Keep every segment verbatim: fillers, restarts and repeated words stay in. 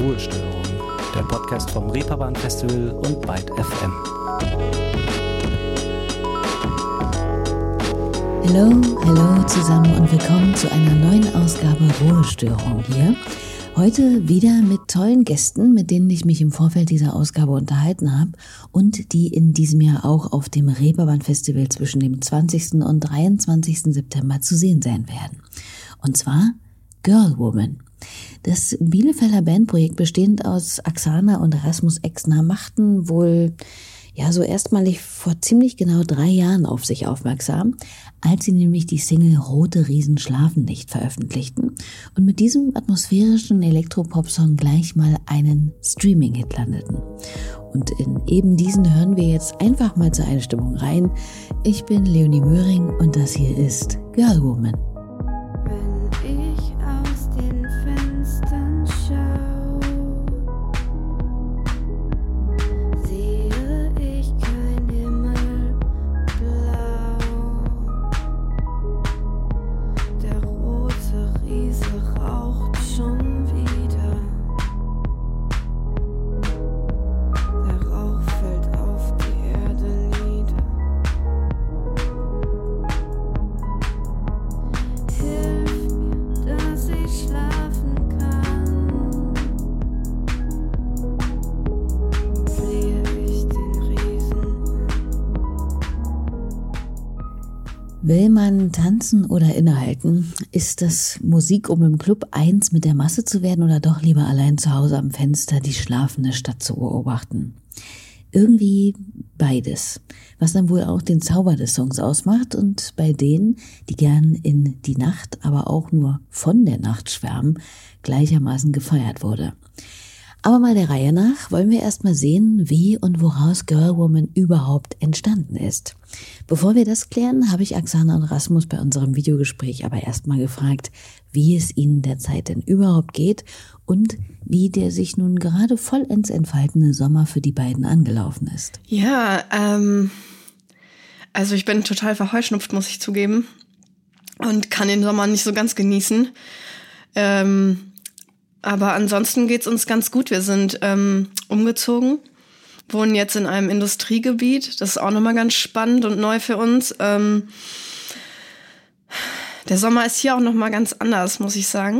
Ruhestörung, der Podcast vom Reeperbahn Festival und Byte F M. Hallo, hallo zusammen und willkommen zu einer neuen Ausgabe Ruhestörung hier. Heute wieder mit tollen Gästen, mit denen ich mich im Vorfeld dieser Ausgabe unterhalten habe und die in diesem Jahr auch auf dem Reeperbahn Festival zwischen dem zwanzigsten und dreiundzwanzigsten September zu sehen sein werden. Und zwar Girlwoman. Das Bielefelder Bandprojekt bestehend aus Axana und Rasmus Exner machten wohl ja so erstmalig vor ziemlich genau drei Jahren auf sich aufmerksam, als sie nämlich die Single Rote Riesen schlafen nicht veröffentlichten und mit diesem atmosphärischen Elektropop-Song gleich mal einen Streaming-Hit landeten. Und in eben diesen hören wir jetzt einfach mal zur Einstimmung rein. Ich bin Leonie Möhring und das hier ist Girlwoman. Will man tanzen oder innehalten? Ist das Musik, um im Club eins mit der Masse zu werden oder doch lieber allein zu Hause am Fenster die schlafende Stadt zu beobachten? Irgendwie beides, was dann wohl auch den Zauber des Songs ausmacht und bei denen, die gern in die Nacht, aber auch nur von der Nacht schwärmen, gleichermaßen gefeiert wurde. Aber mal der Reihe nach wollen wir erstmal sehen, wie und woraus Girlwoman überhaupt entstanden ist. Bevor wir das klären, habe ich Axana und Rasmus bei unserem Videogespräch aber erstmal gefragt, wie es ihnen derzeit denn überhaupt geht und wie der sich nun gerade vollends entfaltende Sommer für die beiden angelaufen ist. Ja, ähm, also ich bin total verheuschnupft, muss ich zugeben, und kann den Sommer nicht so ganz genießen. Ähm, Aber ansonsten geht's uns ganz gut. Wir sind ähm, umgezogen, wohnen jetzt in einem Industriegebiet. Das ist auch nochmal ganz spannend und neu für uns. Ähm, der Sommer ist hier auch nochmal ganz anders, muss ich sagen.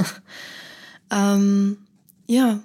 ähm, ja,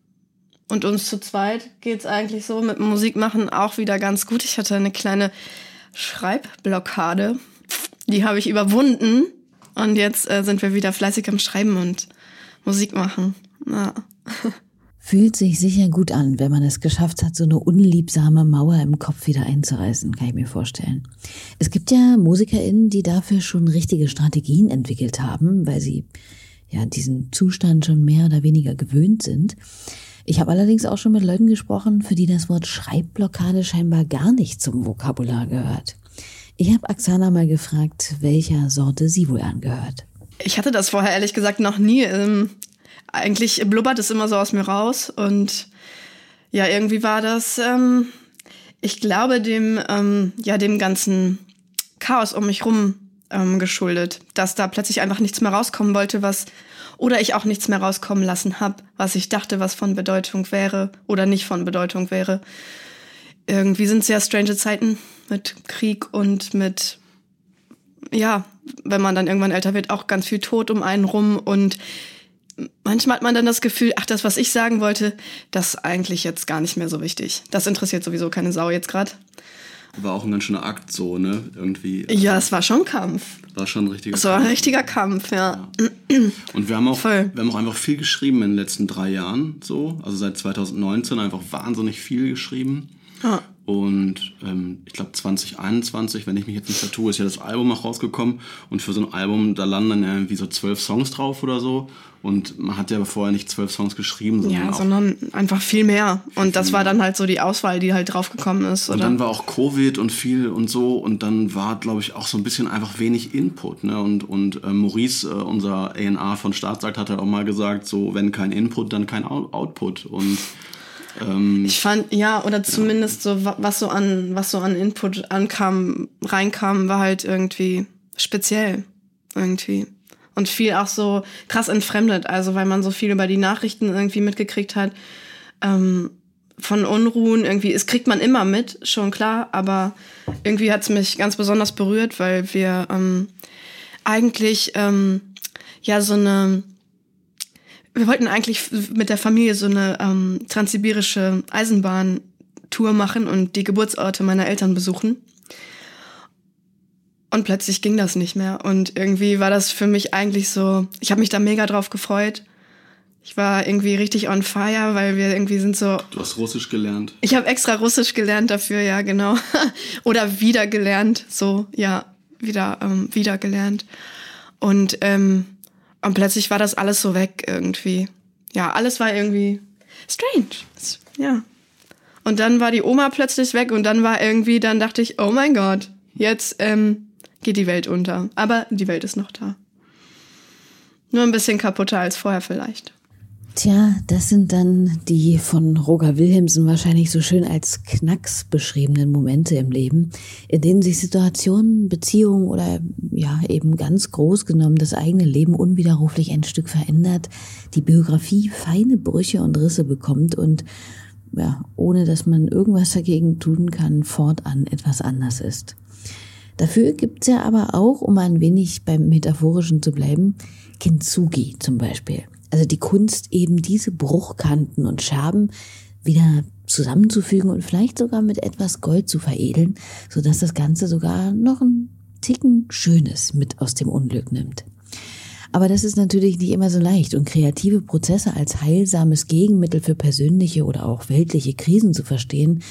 und uns zu zweit geht's eigentlich so mit Musikmachen auch wieder ganz gut. Ich hatte eine kleine Schreibblockade. Die habe ich überwunden. Und jetzt äh, sind wir wieder fleißig am Schreiben und Musik machen. Ja. Fühlt sich sicher gut an, wenn man es geschafft hat, so eine unliebsame Mauer im Kopf wieder einzureißen, kann ich mir vorstellen. Es gibt ja MusikerInnen, die dafür schon richtige Strategien entwickelt haben, weil sie ja diesen Zustand schon mehr oder weniger gewöhnt sind. Ich habe allerdings auch schon mit Leuten gesprochen, für die das Wort Schreibblockade scheinbar gar nicht zum Vokabular gehört. Ich habe Axana mal gefragt, welcher Sorte sie wohl angehört. Ich hatte das vorher ehrlich gesagt noch nie. Ähm, eigentlich blubbert es immer so aus mir raus. Und ja, irgendwie war das, ähm, ich glaube, dem, ähm, ja, dem ganzen Chaos um mich rum ähm, geschuldet. Dass da plötzlich einfach nichts mehr rauskommen wollte, was, oder ich auch nichts mehr rauskommen lassen habe, was ich dachte, was von Bedeutung wäre oder nicht von Bedeutung wäre. Irgendwie sind es ja strange Zeiten mit Krieg und mit, ja, wenn man dann irgendwann älter wird, auch ganz viel Tod um einen rum. Und manchmal hat man dann das Gefühl, ach, das, was ich sagen wollte, das ist eigentlich jetzt gar nicht mehr so wichtig. Das interessiert sowieso keine Sau jetzt gerade. War auch ein ganz schöner Akt so, ne? Irgendwie. Ja, es war schon ein Kampf. War schon ein richtiger Kampf. Es war ein richtiger Kampf, ja. ja. Und wir haben auch, Voll. wir haben auch einfach viel geschrieben in den letzten drei Jahren, so. Also seit zwanzig neunzehn einfach wahnsinnig viel geschrieben. Ja. Und ähm, ich glaube zwanzig einundzwanzig, wenn ich mich jetzt nicht vertue, ist ja das Album auch rausgekommen. Und für so ein Album, da landen dann irgendwie so zwölf Songs drauf oder so. Und man hat ja vorher nicht zwölf Songs geschrieben, sondern Ja, auch sondern einfach viel mehr. Und viel das war mehr. dann halt so die Auswahl, die halt draufgekommen ist. Oder? Und dann war auch Covid und viel und so. Und dann war, glaube ich, auch so ein bisschen einfach wenig Input. Ne? Und, und äh, Maurice, äh, unser A and R von Startsack, hat halt auch mal gesagt, so wenn kein Input, dann kein Output. Und Ähm, ich fand, ja, oder zumindest ja. so, was so an, was so an Input ankam, reinkam, war halt irgendwie speziell. Irgendwie. Und viel auch so krass entfremdet, also weil man so viel über die Nachrichten irgendwie mitgekriegt hat. Ähm, von Unruhen irgendwie, es kriegt man immer mit, schon klar, aber irgendwie hat es mich ganz besonders berührt, weil wir ähm, eigentlich ähm, ja so eine, wir wollten eigentlich mit der Familie so eine ähm, transsibirische Eisenbahntour machen und die Geburtsorte meiner Eltern besuchen. Und plötzlich ging das nicht mehr und irgendwie war das für mich eigentlich so, ich habe mich da mega drauf gefreut. Ich war irgendwie richtig on fire, weil wir irgendwie sind so... Du hast Russisch gelernt. Ich habe extra Russisch gelernt dafür, ja, genau. Oder wieder gelernt, so, ja, wieder, ähm, wieder gelernt. Und, ähm, und plötzlich war das alles so weg irgendwie. Ja, alles war irgendwie strange, ja. Und dann war die Oma plötzlich weg und dann war irgendwie, dann dachte ich, oh mein Gott, jetzt, ähm, geht die Welt unter. Aber die Welt ist noch da. Nur ein bisschen kaputter als vorher vielleicht. Tja, das sind dann die von Roger Wilhelmsen wahrscheinlich so schön als Knacks beschriebenen Momente im Leben, in denen sich Situationen, Beziehungen oder ja eben ganz groß genommen das eigene Leben unwiderruflich ein Stück verändert, die Biografie feine Brüche und Risse bekommt und ja, ohne dass man irgendwas dagegen tun kann, fortan etwas anders ist. Dafür gibt's ja aber auch, um ein wenig beim Metaphorischen zu bleiben, Kintsugi zum Beispiel. Also die Kunst, eben diese Bruchkanten und Scherben wieder zusammenzufügen und vielleicht sogar mit etwas Gold zu veredeln, sodass das Ganze sogar noch einen Ticken Schönes mit aus dem Unglück nimmt. Aber das ist natürlich nicht immer so leicht und kreative Prozesse als heilsames Gegenmittel für persönliche oder auch weltliche Krisen zu verstehen,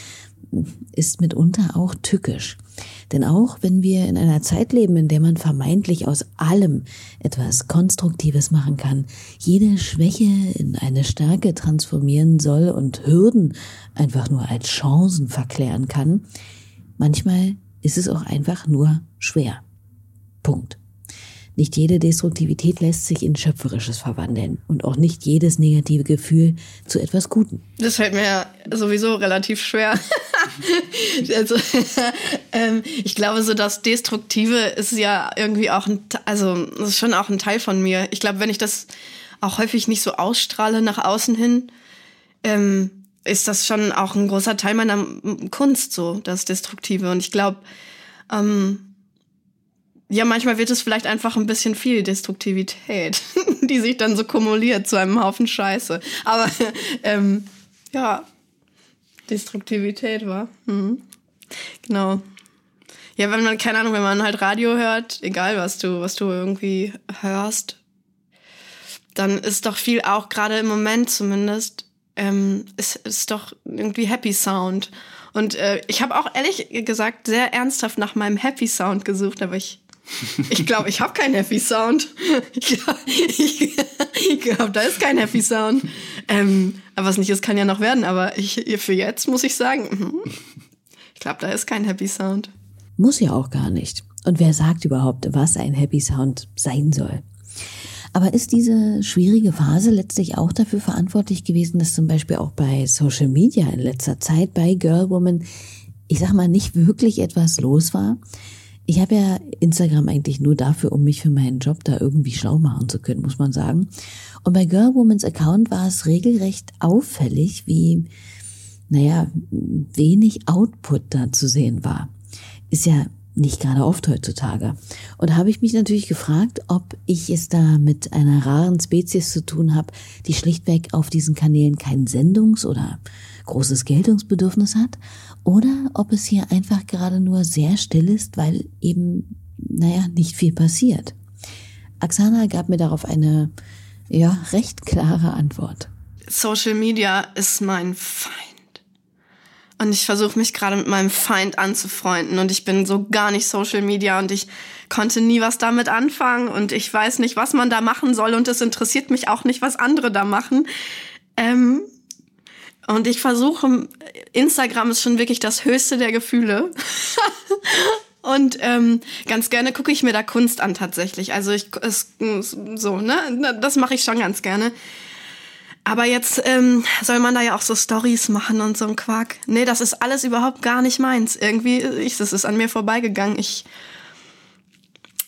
ist mitunter auch tückisch. Denn auch wenn wir in einer Zeit leben, in der man vermeintlich aus allem etwas Konstruktives machen kann, jede Schwäche in eine Stärke transformieren soll und Hürden einfach nur als Chancen verklären kann, manchmal ist es auch einfach nur schwer. Punkt. Nicht jede Destruktivität lässt sich in Schöpferisches verwandeln und auch nicht jedes negative Gefühl zu etwas Gutem. Das fällt mir ja sowieso relativ schwer. also, ähm, ich glaube, so das Destruktive ist ja irgendwie auch ein, also das ist schon auch ein Teil von mir. Ich glaube, wenn ich das auch häufig nicht so ausstrahle nach außen hin, ähm, ist das schon auch ein großer Teil meiner Kunst, so das Destruktive. Und ich glaube, ähm, ja, manchmal wird es vielleicht einfach ein bisschen viel Destruktivität, die sich dann so kumuliert zu einem Haufen Scheiße. Aber ähm, ja, Destruktivität war. Mhm. Genau. Ja, wenn man, keine Ahnung, wenn man halt Radio hört, egal was du, was du irgendwie hörst, dann ist doch viel auch, gerade im Moment zumindest, ähm, ist, ist doch irgendwie Happy Sound. Und äh, ich habe auch ehrlich gesagt sehr ernsthaft nach meinem Happy Sound gesucht, aber ich Ich glaube, ich habe keinen Happy Sound. Ich glaube, ich, ich glaub, da ist kein Happy Sound. Ähm, aber was nicht ist, kann ja noch werden. Aber ich, für jetzt muss ich sagen, ich glaube, da ist kein Happy Sound. Muss ja auch gar nicht. Und wer sagt überhaupt, was ein Happy Sound sein soll? Aber ist diese schwierige Phase letztlich auch dafür verantwortlich gewesen, dass zum Beispiel auch bei Social Media in letzter Zeit bei Girlwoman, ich sag mal, nicht wirklich etwas los war? Ich habe ja Instagram eigentlich nur dafür, um mich für meinen Job da irgendwie schlau machen zu können, muss man sagen. Und bei Girlwomans Account war es regelrecht auffällig, wie, naja, wenig Output da zu sehen war. Ist ja nicht gerade oft heutzutage. Und da habe ich mich natürlich gefragt, ob ich es da mit einer raren Spezies zu tun habe, die schlichtweg auf diesen Kanälen kein Sendungs- oder großes Geltungsbedürfnis hat, oder ob es hier einfach gerade nur sehr still ist, weil eben, naja, nicht viel passiert. Oksana gab mir darauf eine, ja, recht klare Antwort. Social Media ist mein Feind. Und ich versuche mich gerade mit meinem Feind anzufreunden und ich bin so gar nicht Social Media und ich konnte nie was damit anfangen und ich weiß nicht, was man da machen soll und es interessiert mich auch nicht, was andere da machen. Ähm, und ich versuche, Instagram ist schon wirklich das höchste der Gefühle. Und ähm, ganz gerne gucke ich mir da Kunst an tatsächlich. Also ich es, so, ne, das mache ich schon ganz gerne. Aber jetzt ähm, soll man da ja auch so Storys machen und so ein Quark. Nee, das ist alles überhaupt gar nicht meins. Irgendwie, ich, das ist an mir vorbeigegangen. Ich,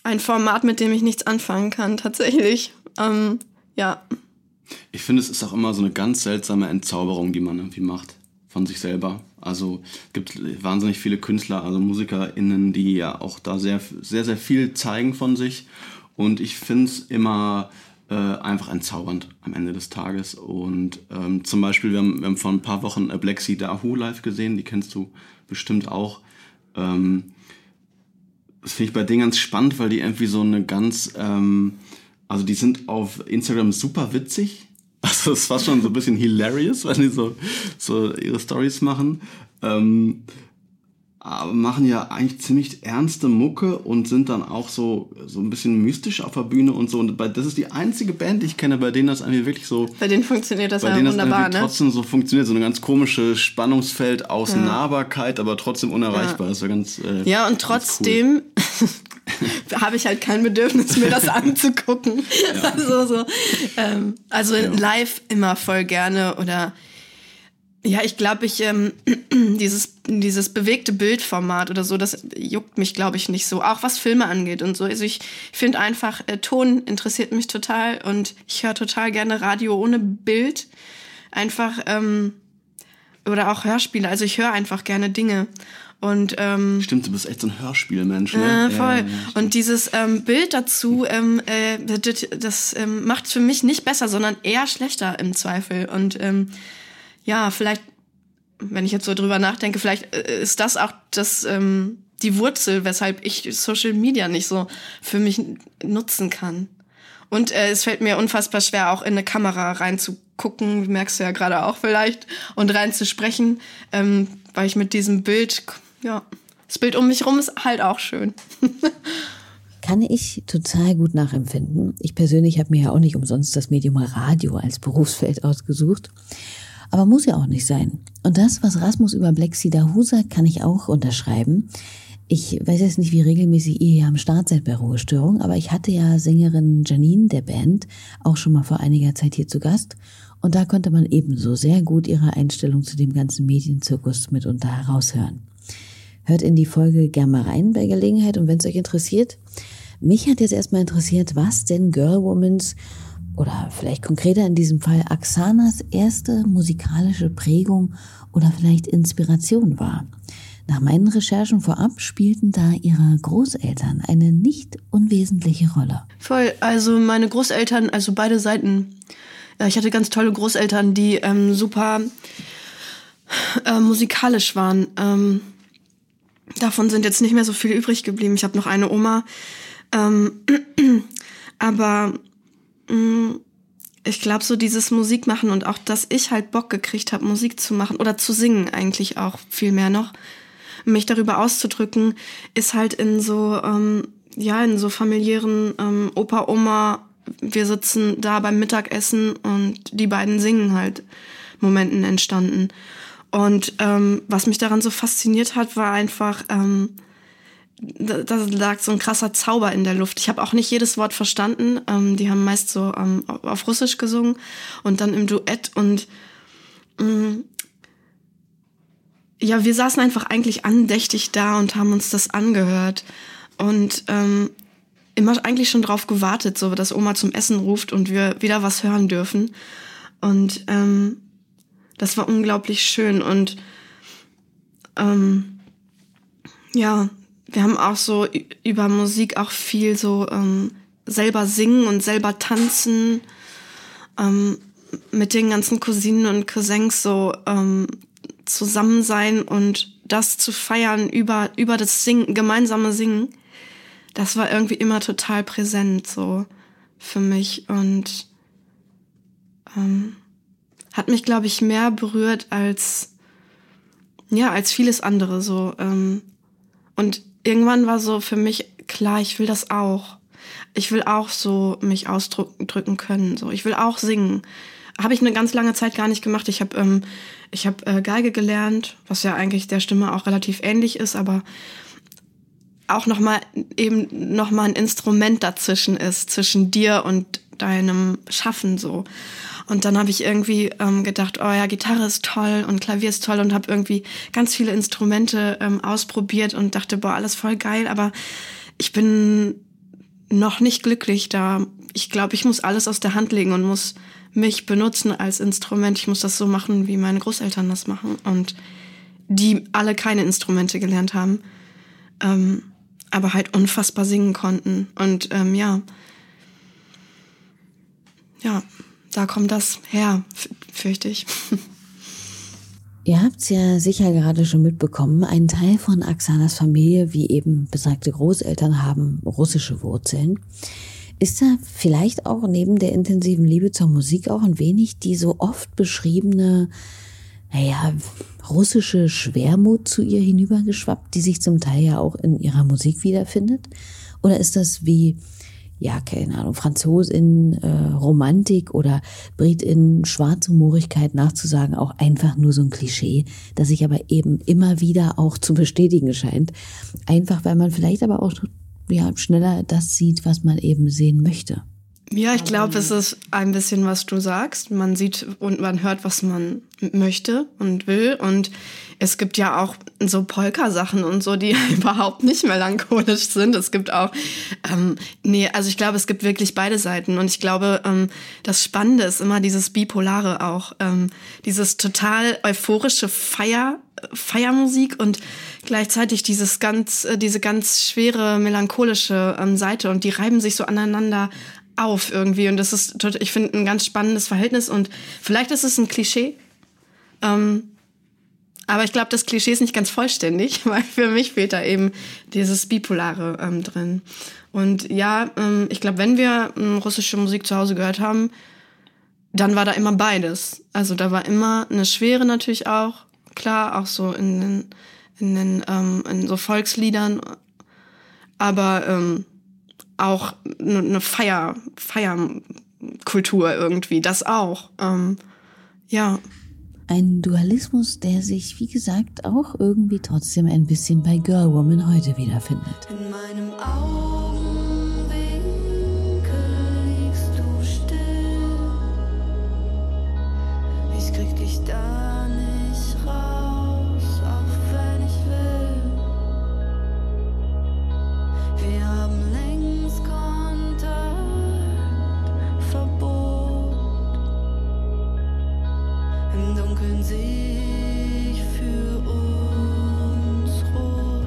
ein Format, mit dem ich nichts anfangen kann, tatsächlich. Ähm, ja. Ich finde, es ist auch immer so eine ganz seltsame Entzauberung, die man irgendwie macht von sich selber. Also es gibt wahnsinnig viele Künstler, also MusikerInnen, die ja auch da sehr, sehr, sehr viel zeigen von sich. Und ich finde es immer äh, einfach entzaubernd am Ende des Tages. Und ähm, zum Beispiel, wir haben, wir haben vor ein paar Wochen Blexi Dahu live gesehen, die kennst du bestimmt auch. Ähm, das finde ich bei denen ganz spannend, weil die irgendwie so eine ganz, ähm, also die sind auf Instagram super witzig. Also es war schon so ein bisschen hilarious, wenn die so, so ihre Storys machen. Ähm, aber machen ja eigentlich ziemlich ernste Mucke und sind dann auch so, so ein bisschen mystisch auf der Bühne und so. Und bei, das ist die einzige Band, die ich kenne, bei denen das irgendwie wirklich so... Bei denen funktioniert das bei ja denen wunderbar, das ne? trotzdem so funktioniert. So eine ganz komische Spannungsfeld aus Ja. Nahbarkeit, aber trotzdem unerreichbar. Ja. Das war ganz äh, Ja, und trotzdem cool. habe ich halt kein Bedürfnis, mir das anzugucken. Ja. Also, so, ähm, also ja. live immer voll gerne oder... Ja, ich glaube, ich ähm, dieses dieses bewegte Bildformat oder so, das juckt mich, glaube ich, nicht so. Auch was Filme angeht und so. Also ich finde einfach, äh, Ton interessiert mich total und ich höre total gerne Radio ohne Bild. Einfach, ähm, oder auch Hörspiele. Also ich höre einfach gerne Dinge. Und, ähm, stimmt, du bist echt so ein Hörspielmensch, ne? Äh, voll. Ja, ja, und dieses ähm, Bild dazu, ähm, äh, das, das ähm, macht es für mich nicht besser, sondern eher schlechter im Zweifel. Und ähm, ja, vielleicht, wenn ich jetzt so drüber nachdenke, vielleicht ist das auch das ähm, die Wurzel, weshalb ich Social Media nicht so für mich nutzen kann. Und äh, es fällt mir unfassbar schwer, auch in eine Kamera reinzugucken, merkst du ja gerade auch vielleicht, und reinzusprechen, ähm, weil ich mit diesem Bild, ja, das Bild um mich rum ist halt auch schön. Kann ich total gut nachempfinden. Ich persönlich habe mir ja auch nicht umsonst das Medium Radio als Berufsfeld ausgesucht. Aber muss ja auch nicht sein. Und das, was Rasmus über Blexi Dahu sagt, kann ich auch unterschreiben. Ich weiß jetzt nicht, wie regelmäßig ihr hier am Start seid bei Ruhestörung, aber ich hatte ja Sängerin Janine der Band auch schon mal vor einiger Zeit hier zu Gast. Und da konnte man ebenso sehr gut ihre Einstellung zu dem ganzen Medienzirkus mitunter heraushören. Hört in die Folge gerne mal rein bei Gelegenheit und wenn es euch interessiert. Mich hat jetzt erstmal interessiert, was denn Girlwomans oder vielleicht konkreter in diesem Fall Axanas erste musikalische Prägung oder vielleicht Inspiration war. Nach meinen Recherchen vorab spielten da ihre Großeltern eine nicht unwesentliche Rolle. Voll, also meine Großeltern, also beide Seiten. Ja, ich hatte ganz tolle Großeltern, die ähm, super äh, musikalisch waren. Ähm, davon sind jetzt nicht mehr so viele übrig geblieben. Ich habe noch eine Oma. Ähm, aber ich glaube, so dieses Musikmachen und auch, dass ich halt Bock gekriegt habe, Musik zu machen oder zu singen eigentlich auch viel mehr noch, mich darüber auszudrücken, ist halt in so, ähm, ja, in so familiären ähm, Opa, Oma, wir sitzen da beim Mittagessen und die beiden singen halt Momenten entstanden. Und ähm, was mich daran so fasziniert hat, war einfach... Ähm, da lag so ein krasser Zauber in der Luft. Ich habe auch nicht jedes Wort verstanden. Ähm, die haben meist so ähm, auf Russisch gesungen und dann im Duett. Und ähm, ja, wir saßen einfach eigentlich andächtig da und haben uns das angehört. Und ähm, immer eigentlich schon drauf gewartet, so dass Oma zum Essen ruft und wir wieder was hören dürfen. Und ähm, das war unglaublich schön. Und ähm, ja, wir haben auch so über Musik auch viel so ähm, selber singen und selber tanzen, ähm, mit den ganzen Cousinen und Cousins so ähm, zusammen sein und das zu feiern über über das Singen, gemeinsame Singen. Das war irgendwie immer total präsent so für mich und ähm, hat mich, glaube ich, mehr berührt als ja als vieles andere so ähm, und irgendwann war so für mich klar, ich will das auch. Ich will auch so mich ausdrücken können. So, ich will auch singen. Habe ich eine ganz lange Zeit gar nicht gemacht. Ich habe ähm, ich habe äh, Geige gelernt, was ja eigentlich der Stimme auch relativ ähnlich ist, aber auch noch mal eben noch mal ein Instrument dazwischen ist, zwischen dir und deinem Schaffen so. Und dann habe ich irgendwie ähm, gedacht, oh ja, Gitarre ist toll und Klavier ist toll und habe irgendwie ganz viele Instrumente ähm, ausprobiert und dachte, boah, alles voll geil, aber ich bin noch nicht glücklich da. Ich glaube, ich muss alles aus der Hand legen und muss mich benutzen als Instrument. Ich muss das so machen, wie meine Großeltern das machen. Und die alle keine Instrumente gelernt haben, ähm, aber halt unfassbar singen konnten. Und ähm, ja, ja, da kommt das her, fürchte ich. Ihr habt's ja sicher gerade schon mitbekommen, ein Teil von Aksanas Familie, wie eben besagte Großeltern, haben russische Wurzeln. Ist da vielleicht auch neben der intensiven Liebe zur Musik auch ein wenig die so oft beschriebene, naja, russische Schwermut zu ihr hinübergeschwappt, die sich zum Teil ja auch in ihrer Musik wiederfindet? Oder ist das wie, ja, keine Ahnung, Franzosin, äh, Romantik oder Britin, Schwarzhumorigkeit nachzusagen, auch einfach nur so ein Klischee, das sich aber eben immer wieder auch zu bestätigen scheint. Einfach, weil man vielleicht aber auch ja, schneller das sieht, was man eben sehen möchte. Ja, ich glaube, es ist ein bisschen, was du sagst. Man sieht und man hört, was man möchte und will. Und es gibt ja auch so Polka-Sachen und so, die überhaupt nicht melancholisch sind. Es gibt auch, ähm, nee, also ich glaube, es gibt wirklich beide Seiten. Und ich glaube, ähm, das Spannende ist immer dieses Bipolare auch. Ähm, dieses total euphorische Feier, Feiermusik und gleichzeitig dieses ganz, äh, diese ganz schwere, melancholische ähm, Seite. Und die reiben sich so aneinander auf irgendwie. Und das ist, ich finde, ein ganz spannendes Verhältnis. Und vielleicht ist es ein Klischee. Ähm, aber ich glaube, das Klischee ist nicht ganz vollständig, weil für mich fehlt da eben dieses Bipolare ähm, drin. Und ja, ähm, ich glaube, wenn wir ähm, russische Musik zu Hause gehört haben, dann war da immer beides. Also da war immer eine Schwere natürlich auch, klar, auch so in den, in den ähm, in so Volksliedern, aber ähm, auch eine Feier, Feierkultur irgendwie, das auch. Ähm, ja. Ein Dualismus, der sich, wie gesagt, auch irgendwie trotzdem ein bisschen bei Girl Woman heute wiederfindet. In meinem Augenwinkel liegst du still. Ich krieg dich da nicht raus, auch wenn ich will. Wir haben längst Kontaktverbot. Im Dunkeln seh ich für uns rot.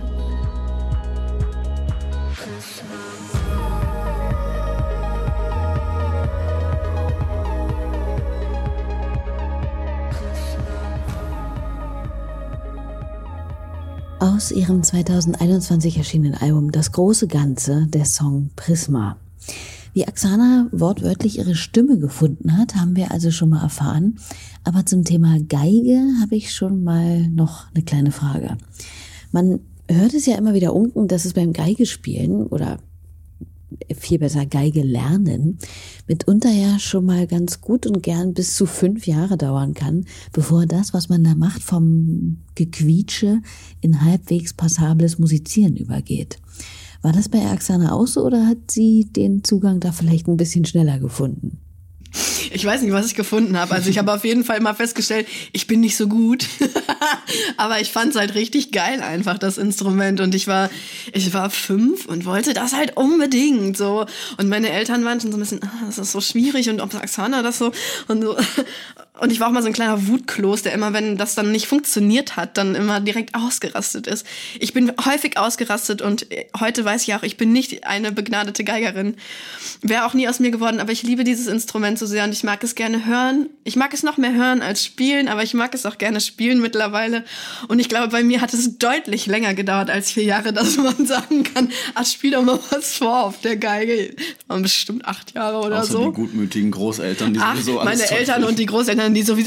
Aus ihrem zweitausendeinundzwanzig erschienenen Album Das große Ganze, der Song Prisma. Wie Aksana wortwörtlich ihre Stimme gefunden hat, haben wir also schon mal erfahren. Aber zum Thema Geige habe ich schon mal noch eine kleine Frage. Man hört es ja immer wieder unken, dass es beim Geigespielen oder viel besser Geige lernen mitunter ja schon mal ganz gut und gern bis zu fünf Jahre dauern kann, bevor das, was man da macht, vom Gequietsche in halbwegs passables Musizieren übergeht. War das bei Aksana auch so oder hat sie den Zugang da vielleicht ein bisschen schneller gefunden? Ich weiß nicht, was ich gefunden habe. Also ich habe auf jeden Fall mal festgestellt, ich bin nicht so gut. Aber ich fand es halt richtig geil einfach, das Instrument. Und ich war ich war fünf und wollte das halt unbedingt so. Und meine Eltern waren schon so ein bisschen, ah, das ist so schwierig und ob Aksana das so und so. Und ich war auch mal so ein kleiner Wutkloß, der immer, wenn das dann nicht funktioniert hat, dann immer direkt ausgerastet ist. Ich bin häufig ausgerastet und heute weiß ich auch, ich bin nicht eine begnadete Geigerin. Wäre auch nie aus mir geworden, aber ich liebe dieses Instrument so sehr und ich mag es gerne hören. Ich mag es noch mehr hören als spielen, aber ich mag es auch gerne spielen mittlerweile. Und ich glaube, bei mir hat es deutlich länger gedauert als vier Jahre, dass man sagen kann, ach, spiel doch mal was vor auf der Geige. Das waren bestimmt acht Jahre oder Außer so. die gutmütigen Großeltern, die ach, sowieso alles meine Eltern finden. Und die Großeltern, die sowieso,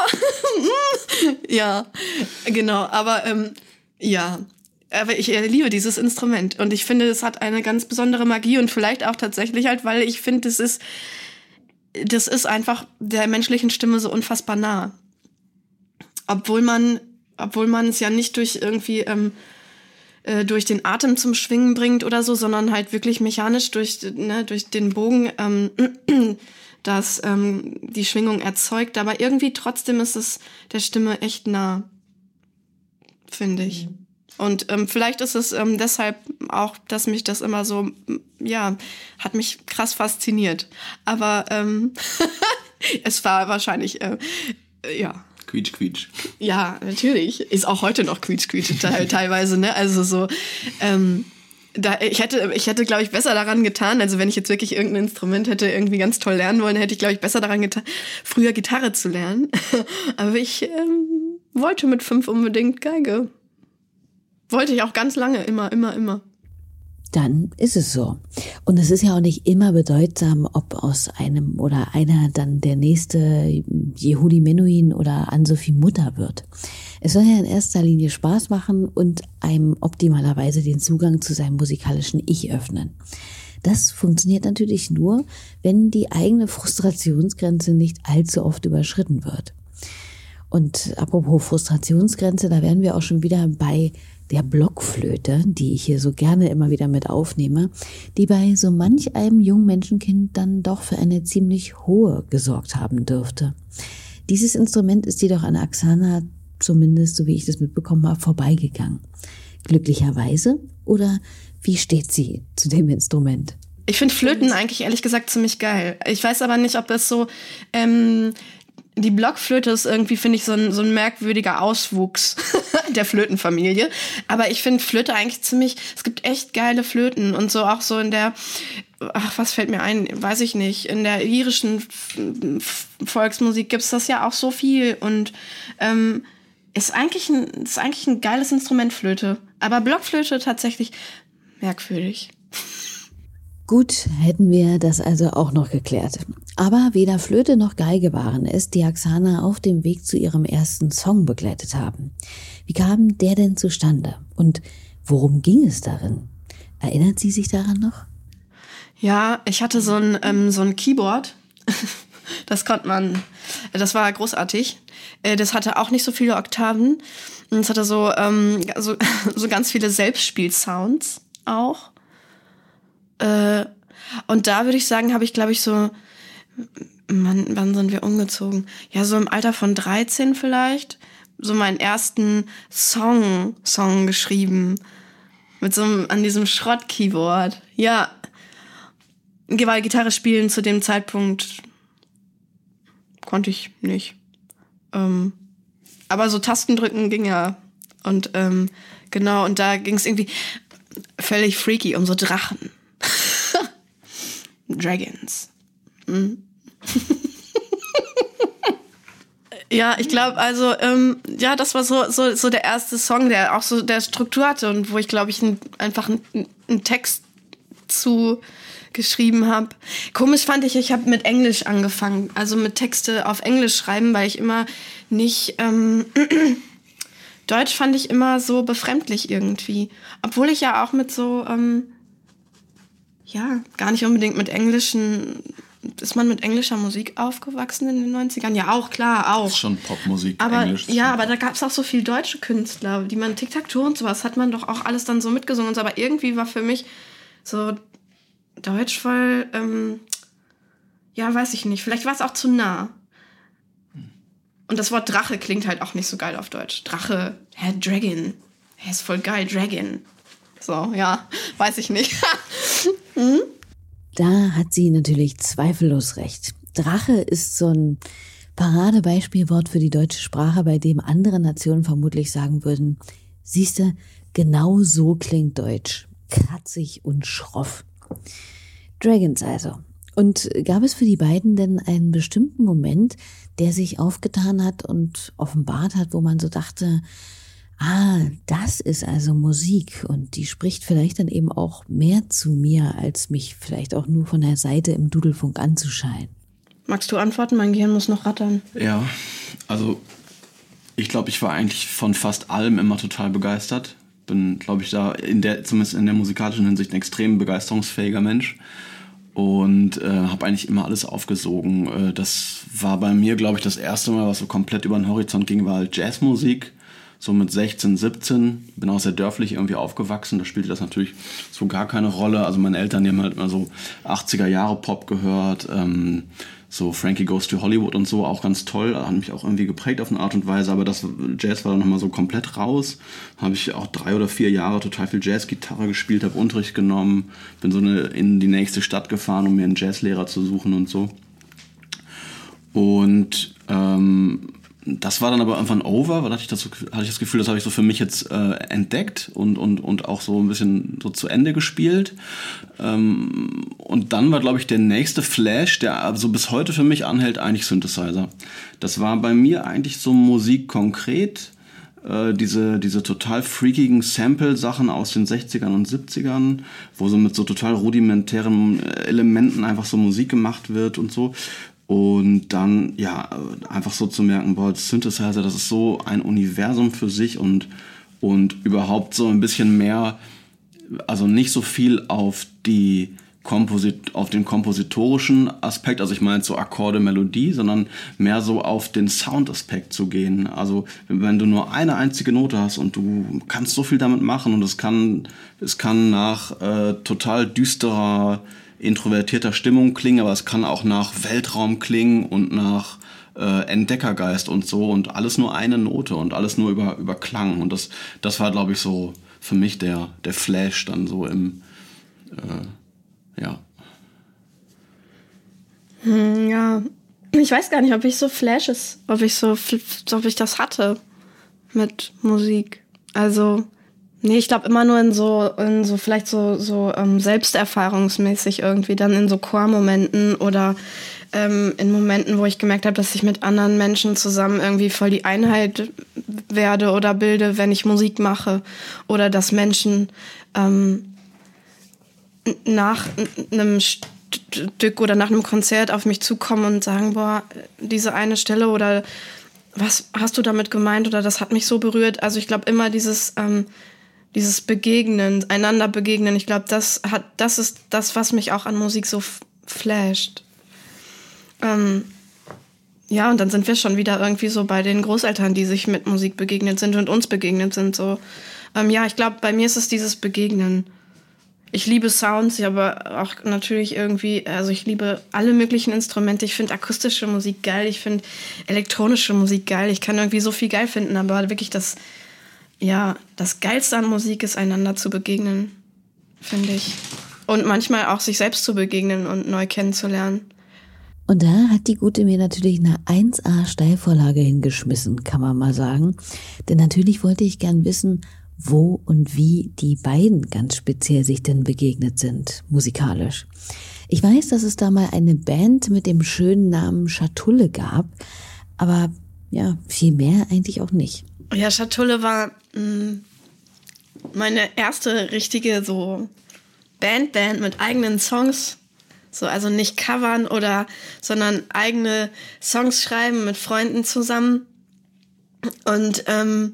oh, ja, genau, aber ähm, ja, aber ich äh, liebe dieses Instrument und ich finde, es hat eine ganz besondere Magie und vielleicht auch tatsächlich halt, weil ich finde, das ist, das ist einfach der menschlichen Stimme so unfassbar nah. Obwohl man, obwohl man es ja nicht durch irgendwie ähm, äh, durch den Atem zum Schwingen bringt oder so, sondern halt wirklich mechanisch durch, ne, durch den Bogen ähm, das ähm, die Schwingung erzeugt, aber irgendwie trotzdem ist es der Stimme echt nah, finde ich. Und ähm, vielleicht ist es ähm, deshalb auch, dass mich das immer so, ja, hat mich krass fasziniert. Aber ähm, es war wahrscheinlich, äh, ja. Quietsch, quietsch. Ja, natürlich. Ist auch heute noch quietsch, quietsch te- teilweise, ne? Also so, ähm, da, ich hätte, ich hätte, glaube ich, besser daran getan, also wenn ich jetzt wirklich irgendein Instrument hätte irgendwie ganz toll lernen wollen, hätte ich, glaube ich, besser daran getan, früher Gitarre zu lernen. Aber ich ähm, wollte mit fünf unbedingt Geige. Wollte ich auch ganz lange, immer, immer, immer. Dann ist es so. Und es ist ja auch nicht immer bedeutsam, ob aus einem oder einer dann der nächste Yehudi Menuhin oder Ann-Sophie Mutter wird. Es soll ja in erster Linie Spaß machen und einem optimalerweise den Zugang zu seinem musikalischen Ich öffnen. Das funktioniert natürlich nur, wenn die eigene Frustrationsgrenze nicht allzu oft überschritten wird. Und apropos Frustrationsgrenze, da wären wir auch schon wieder bei der Blockflöte, die ich hier so gerne immer wieder mit aufnehme, die bei so manch einem jungen Menschenkind dann doch für eine ziemlich hohe gesorgt haben dürfte. Dieses Instrument ist jedoch an Oksana, zumindest so wie ich das mitbekommen habe, vorbeigegangen. Glücklicherweise? Oder wie steht sie zu dem Instrument? Ich finde Flöten eigentlich ehrlich gesagt ziemlich geil. Ich weiß aber nicht, ob das so... Ähm Die Blockflöte ist irgendwie, finde ich, so ein, so ein merkwürdiger Auswuchs der Flötenfamilie. Aber ich finde Flöte eigentlich ziemlich, es gibt echt geile Flöten und so auch so in der, ach, was fällt mir ein, weiß ich nicht, in der irischen Volksmusik gibt's das ja auch so viel und ähm, ist eigentlich ein, ist eigentlich ein geiles Instrument, Flöte. Aber Blockflöte tatsächlich merkwürdig. Gut, hätten wir das also auch noch geklärt. Aber weder Flöte noch Geige waren es, die Oksana auf dem Weg zu ihrem ersten Song begleitet haben. Wie kam der denn zustande? Und worum ging es darin? Erinnert sie sich daran noch? Ja, ich hatte so ein, ähm, so ein Keyboard. Das konnte man, das war großartig. Das hatte auch nicht so viele Oktaven. Und es hatte so, ähm, so, so ganz viele Selbstspielsounds auch. Und da würde ich sagen, habe ich, glaube ich, so, wann, wann sind wir umgezogen? Ja, so im Alter von dreizehn vielleicht, so meinen ersten Song, Song geschrieben. Mit so einem, an diesem Schrott-Keyboard. Ja. Weil Gitarre spielen zu dem Zeitpunkt konnte ich nicht. Ähm, aber so Tasten drücken ging ja. Und ähm, genau, und da ging es irgendwie völlig freaky um so Drachen. Dragons. Mhm. Ja, ich glaube, also, ähm, ja, das war so, so, so der erste Song, der auch so der Struktur hatte und wo ich, glaube ich, ein, einfach einen Text zu geschrieben habe. Komisch fand ich, ich habe mit Englisch angefangen, also mit Texte auf Englisch schreiben, weil ich immer nicht, ähm, Deutsch fand ich immer so befremdlich irgendwie. Obwohl ich ja auch mit so, ähm, ja, gar nicht unbedingt mit englischen, ist man mit englischer Musik aufgewachsen in den neunzigern? Ja, auch, klar, auch. Das ist schon Popmusik, aber, Englisch. Ja, aber da gab es auch so viel deutsche Künstler, die man Tic-Tac-Toe und sowas, hat man doch auch alles dann so mitgesungen und so, aber irgendwie war für mich so Deutsch voll, ähm, ja, weiß ich nicht, vielleicht war es auch zu nah. Und das Wort Drache klingt halt auch nicht so geil auf Deutsch. Drache, hä, Dragon, hä, ist voll geil, Dragon. So, ja, weiß ich nicht. hm? Da hat sie natürlich zweifellos recht. Drache ist so ein Paradebeispielwort für die deutsche Sprache, bei dem andere Nationen vermutlich sagen würden, siehste, genau so klingt Deutsch. Kratzig und schroff. Dragons also. Und gab es für die beiden denn einen bestimmten Moment, der sich aufgetan hat und offenbart hat, wo man so dachte, ah, das ist also Musik und die spricht vielleicht dann eben auch mehr zu mir, als mich vielleicht auch nur von der Seite im Dudelfunk anzuschallen. Magst du antworten? Mein Gehirn muss noch rattern. Ja, also ich glaube, ich war eigentlich von fast allem immer total begeistert. Bin, glaube ich, da in der, zumindest in der musikalischen Hinsicht ein extrem begeisterungsfähiger Mensch. Und äh, habe eigentlich immer alles aufgesogen. Äh, das war bei mir, glaube ich, das erste Mal, was so komplett über den Horizont ging, war halt Jazzmusik. so mit sechzehn, siebzehn, bin auch sehr dörflich irgendwie aufgewachsen, da spielte das natürlich so gar keine Rolle. Also meine Eltern, die haben halt immer so achtziger Jahre Pop gehört, ähm, so Frankie Goes to Hollywood und so, auch ganz toll, hat mich auch irgendwie geprägt auf eine Art und Weise, aber das Jazz war dann nochmal so komplett raus. Habe ich auch drei oder vier Jahre total viel Jazzgitarre gespielt, habe Unterricht genommen, bin so eine, in die nächste Stadt gefahren, um mir einen Jazzlehrer zu suchen und so. Und ähm, das war dann aber irgendwann over, weil hatte ich das, hatte ich das Gefühl, das habe ich so für mich jetzt äh, entdeckt und, und, und auch so ein bisschen so zu Ende gespielt. Ähm, und dann war, glaube ich, der nächste Flash, der also bis heute für mich anhält, eigentlich Synthesizer. Das war bei mir eigentlich so Musik konkret, äh, diese, diese total freakigen Sample-Sachen aus den sechzigern und siebzigern, wo so mit so total rudimentären Elementen einfach so Musik gemacht wird und so. Und dann, ja, einfach so zu merken, boah, Synthesizer, das ist so ein Universum für sich und, und überhaupt so ein bisschen mehr, also nicht so viel auf die Komposit, auf den kompositorischen Aspekt, also ich meine so Akkorde, Melodie, sondern mehr so auf den Soundaspekt zu gehen. Also wenn du nur eine einzige Note hast und du kannst so viel damit machen und es kann, es kann nach äh, total düsterer, introvertierter Stimmung klingen, aber es kann auch nach Weltraum klingen und nach äh, Entdeckergeist und so und alles nur eine Note und alles nur über, über Klang. Und das, das war, glaube ich, so für mich der, der Flash dann so im, äh, ja. Hm, ja, ich weiß gar nicht, ob ich so Flashes, ob ich so, ob ich das hatte mit Musik. Also nee, ich glaube immer nur in so, in so vielleicht so, so ähm, selbsterfahrungsmäßig irgendwie, dann in so Chormomenten oder ähm, in Momenten, wo ich gemerkt habe, dass ich mit anderen Menschen zusammen irgendwie voll die Einheit werde oder bilde, wenn ich Musik mache. Oder dass Menschen ähm, nach einem Stück oder nach einem Konzert auf mich zukommen und sagen, boah, diese eine Stelle oder was hast du damit gemeint oder das hat mich so berührt. Also ich glaube immer dieses ähm, Dieses Begegnen, einander begegnen, ich glaube, das hat, das ist das, was mich auch an Musik so f- flasht. Ähm, ja, und dann sind wir schon wieder irgendwie so bei den Großeltern, die sich mit Musik begegnet sind und uns begegnet sind. So, ähm, ja, ich glaube, bei mir ist es dieses Begegnen. Ich liebe Sounds, ja, aber auch natürlich irgendwie, also ich liebe alle möglichen Instrumente. Ich finde akustische Musik geil, ich finde elektronische Musik geil. Ich kann irgendwie so viel geil finden, aber wirklich das Ja, das Geilste an Musik ist, einander zu begegnen, finde ich. Und manchmal auch sich selbst zu begegnen und neu kennenzulernen. Und da hat die Gute mir natürlich eine eins A Steilvorlage hingeschmissen, kann man mal sagen. Denn natürlich wollte ich gern wissen, wo und wie die beiden ganz speziell sich denn begegnet sind, musikalisch. Ich weiß, dass es da mal eine Band mit dem schönen Namen Schatulle gab, aber ja, viel mehr eigentlich auch nicht. Ja, Schatulle war mh, meine erste richtige so Band-Band mit eigenen Songs. So, also nicht covern oder, sondern eigene Songs schreiben mit Freunden zusammen. Und, ähm,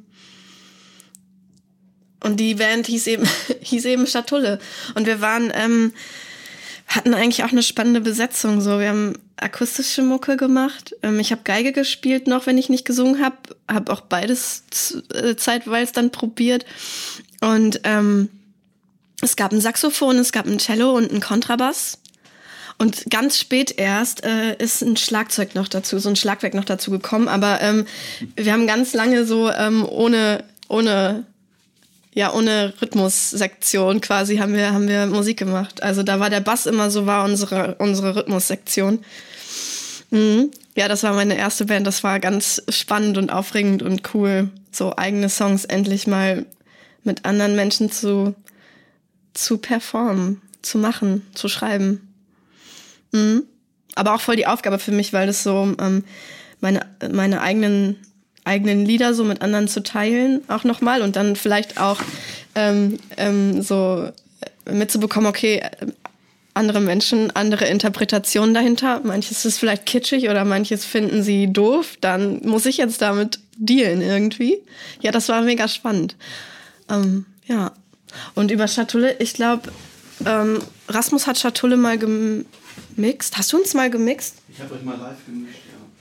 und die Band hieß eben, hieß eben Schatulle. Und wir waren, ähm, hatten eigentlich auch eine spannende Besetzung. So, wir haben akustische Mucke gemacht. Ähm, ich habe Geige gespielt noch, wenn ich nicht gesungen habe. Habe auch beides äh, zeitweise dann probiert. Und ähm, es gab ein Saxophon, es gab ein Cello und ein Kontrabass. Und ganz spät erst äh, ist ein Schlagzeug noch dazu, so ein Schlagwerk noch dazu gekommen. Aber ähm, wir haben ganz lange so ähm, ohne ohne ja ohne Rhythmussektion quasi haben wir haben wir Musik gemacht. Also da war der Bass immer so war unsere unsere Rhythmussektion. Mhm. Ja, das war meine erste Band. Das war ganz spannend und aufregend und cool, so eigene Songs endlich mal mit anderen Menschen zu zu performen, zu machen, zu schreiben. Mhm. Aber auch voll die Aufgabe für mich, weil das so ähm, meine meine eigenen eigenen Lieder so mit anderen zu teilen, auch nochmal und dann vielleicht auch ähm, ähm, so mitzubekommen, okay, andere Menschen, andere Interpretationen dahinter. Manches ist vielleicht kitschig oder manches finden sie doof, dann muss ich jetzt damit dealen irgendwie. Ja, das war mega spannend. Ähm, ja. Und über Schatulle, ich glaube, ähm, Rasmus hat Schatulle mal gemixt. Hast du uns mal gemixt? Ich habe euch mal live gemischt,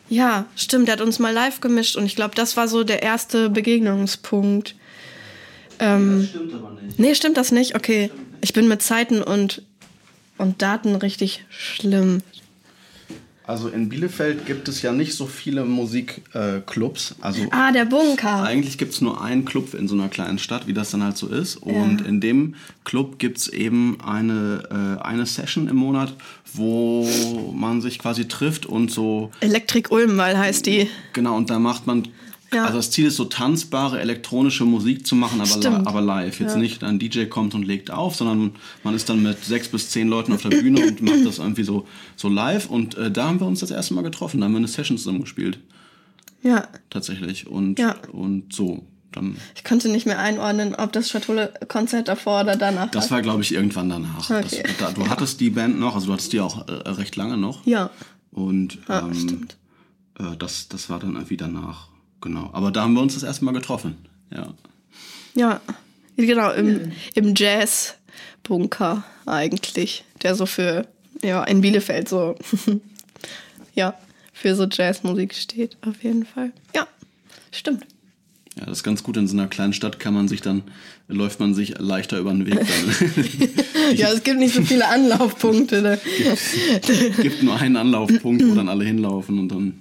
Ja, stimmt, der hat uns mal live gemischt und ich glaube, das war so der erste Begegnungspunkt. Ähm, Das stimmt aber nicht. Nee, stimmt das nicht? Okay. Ich bin mit Zeiten und, und Daten richtig schlimm. Also in Bielefeld gibt es ja nicht so viele Musikclubs. Äh, also Ah, der Bunker. eigentlich gibt es nur einen Club in so einer kleinen Stadt, wie das dann halt so ist. Und Ja. in dem Club gibt es eben eine, äh, eine Session im Monat, wo man sich quasi trifft und so... Elektrik Ulmwall heißt die. Genau, und da macht man... Ja. Also das Ziel ist so tanzbare elektronische Musik zu machen, aber, li- Stimmt. aber live. Jetzt Ja. nicht ein D J kommt und legt auf, sondern man ist dann mit sechs bis zehn Leuten auf der Bühne und macht das irgendwie so, so live. Und äh, da haben wir uns das erste Mal getroffen, da haben wir eine Session zusammen gespielt. Ja. Tatsächlich. Und, Ja. und so. Dann, Ich konnte nicht mehr einordnen, ob das Schatulle-Konzert davor oder danach das war, glaube ich, irgendwann danach. Okay. Das, da, du hattest die Band noch, also du hattest die auch äh, recht lange noch. Ja. Und Ja, ähm, stimmt. äh, das, das war dann irgendwie danach. Genau. Aber da haben wir uns das erste Mal getroffen. Ja. Ja. Genau, im, im Jazz-Bunker eigentlich. Der so für, ja, in Bielefeld so, ja, für so Jazzmusik steht, auf jeden Fall. Ja, stimmt. Ja, das ist ganz gut. In so einer kleinen Stadt kann man sich dann, läuft man sich leichter über den Weg. Dann. Ja, es gibt nicht so viele Anlaufpunkte. Ne? Es gibt nur einen Anlaufpunkt, wo dann alle hinlaufen und dann...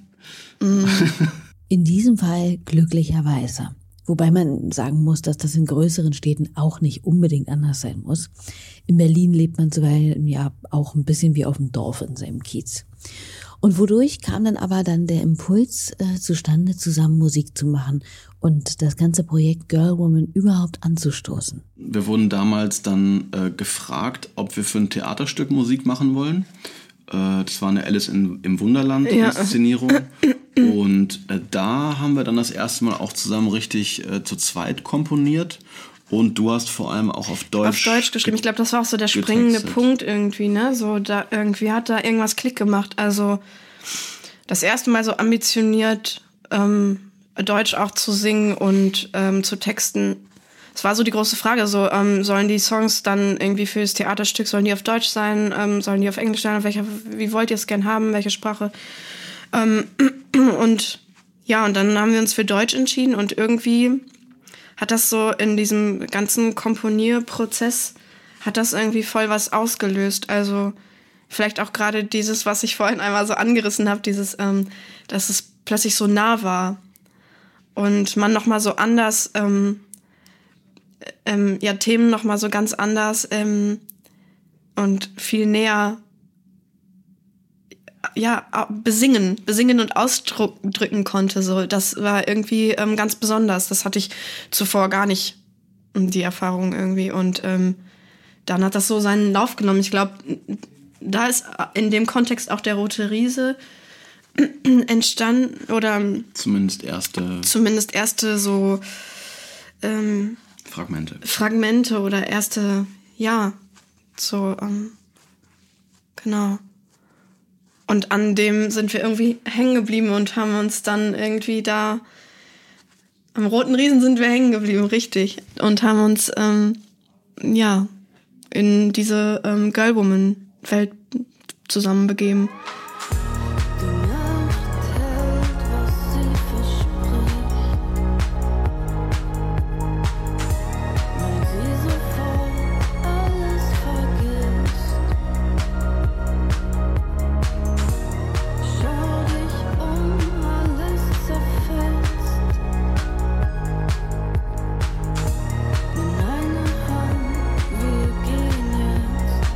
In diesem Fall glücklicherweise. Wobei man sagen muss, dass das in größeren Städten auch nicht unbedingt anders sein muss. In Berlin lebt man sogar ja auch ein bisschen wie auf dem Dorf in seinem Kiez. Und wodurch kam dann aber dann der Impuls äh, zustande, zusammen Musik zu machen und das ganze Projekt Girl Woman überhaupt anzustoßen? Wir wurden damals dann äh, gefragt, ob wir für ein Theaterstück Musik machen wollen. Äh, das war eine Alice in, im Wunderland-Inszenierung. Ja. Und äh, da haben wir dann das erste Mal auch zusammen richtig äh, zu zweit komponiert. Und du hast vor allem auch auf Deutsch... Auf Deutsch geschrieben. Ich glaube, das war auch so der springende getextet. Punkt irgendwie, ne? So, da irgendwie hat da irgendwas Klick gemacht. Also das erste Mal so ambitioniert, ähm, Deutsch auch zu singen und ähm, zu texten. Es war so die große Frage, so, ähm, sollen die Songs dann irgendwie für das Theaterstück, sollen die auf Deutsch sein, ähm, sollen die auf Englisch sein, auf welcher, wie wollt ihr es gern haben, welche Sprache? Ähm, und ja, und dann haben wir uns für Deutsch entschieden und irgendwie hat das so in diesem ganzen Komponierprozess, hat das irgendwie voll was ausgelöst. Also vielleicht auch gerade dieses, was ich vorhin einmal so angerissen habe, dieses, ähm, dass es plötzlich so nah war und man nochmal so anders, ähm, ähm, ja, Themen nochmal so ganz anders ähm, und viel näher ja, besingen, besingen und ausdrücken konnte. So, das war irgendwie ähm, ganz besonders. Das hatte ich zuvor gar nicht, die Erfahrung irgendwie. Und ähm, dann hat das so seinen Lauf genommen. Ich glaube, da ist in dem Kontext auch der Rote Riese entstanden oder zumindest erste zumindest erste so ähm, Fragmente. Fragmente oder erste, ja, so, ähm, genau. Und an dem sind wir irgendwie hängen geblieben und haben uns dann irgendwie da, am Roten Riesen sind wir hängen geblieben, richtig. Und haben uns, ähm, ja, in diese ähm, Girl-Woman-Welt zusammen begeben. Die Nacht hält, was sie verspricht, weil sie sofort alles vergisst. Schau dich um, alles zerfetzt. Nimm meine Hand, wir gehen jetzt.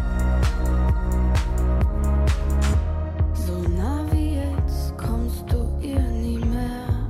So nah wie jetzt kommst du ihr nie mehr.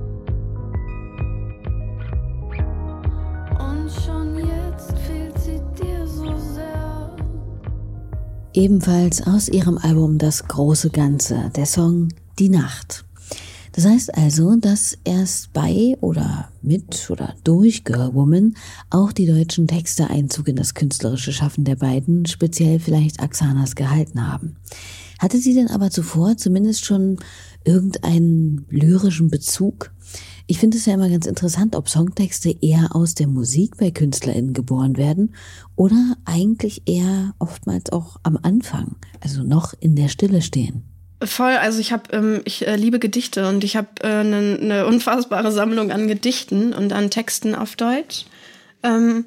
Und schon jetzt fehlt sie dir so sehr. Ebenfalls aus ihrem Album Das große Ganze, der Song Die Nacht. Das heißt also, dass erst bei oder mit oder durch Girl Woman auch die deutschen Texte Einzug in das künstlerische Schaffen der beiden, speziell vielleicht Axanas, gehalten haben. Hatte sie denn aber zuvor zumindest schon irgendeinen lyrischen Bezug? Ich finde es ja immer ganz interessant, ob Songtexte eher aus der Musik bei KünstlerInnen geboren werden oder eigentlich eher oftmals auch am Anfang, also noch in der Stille stehen. Voll, also ich habe, ähm, ich äh, liebe Gedichte und ich habe eine äh, ne unfassbare Sammlung an Gedichten und an Texten auf Deutsch. Ähm,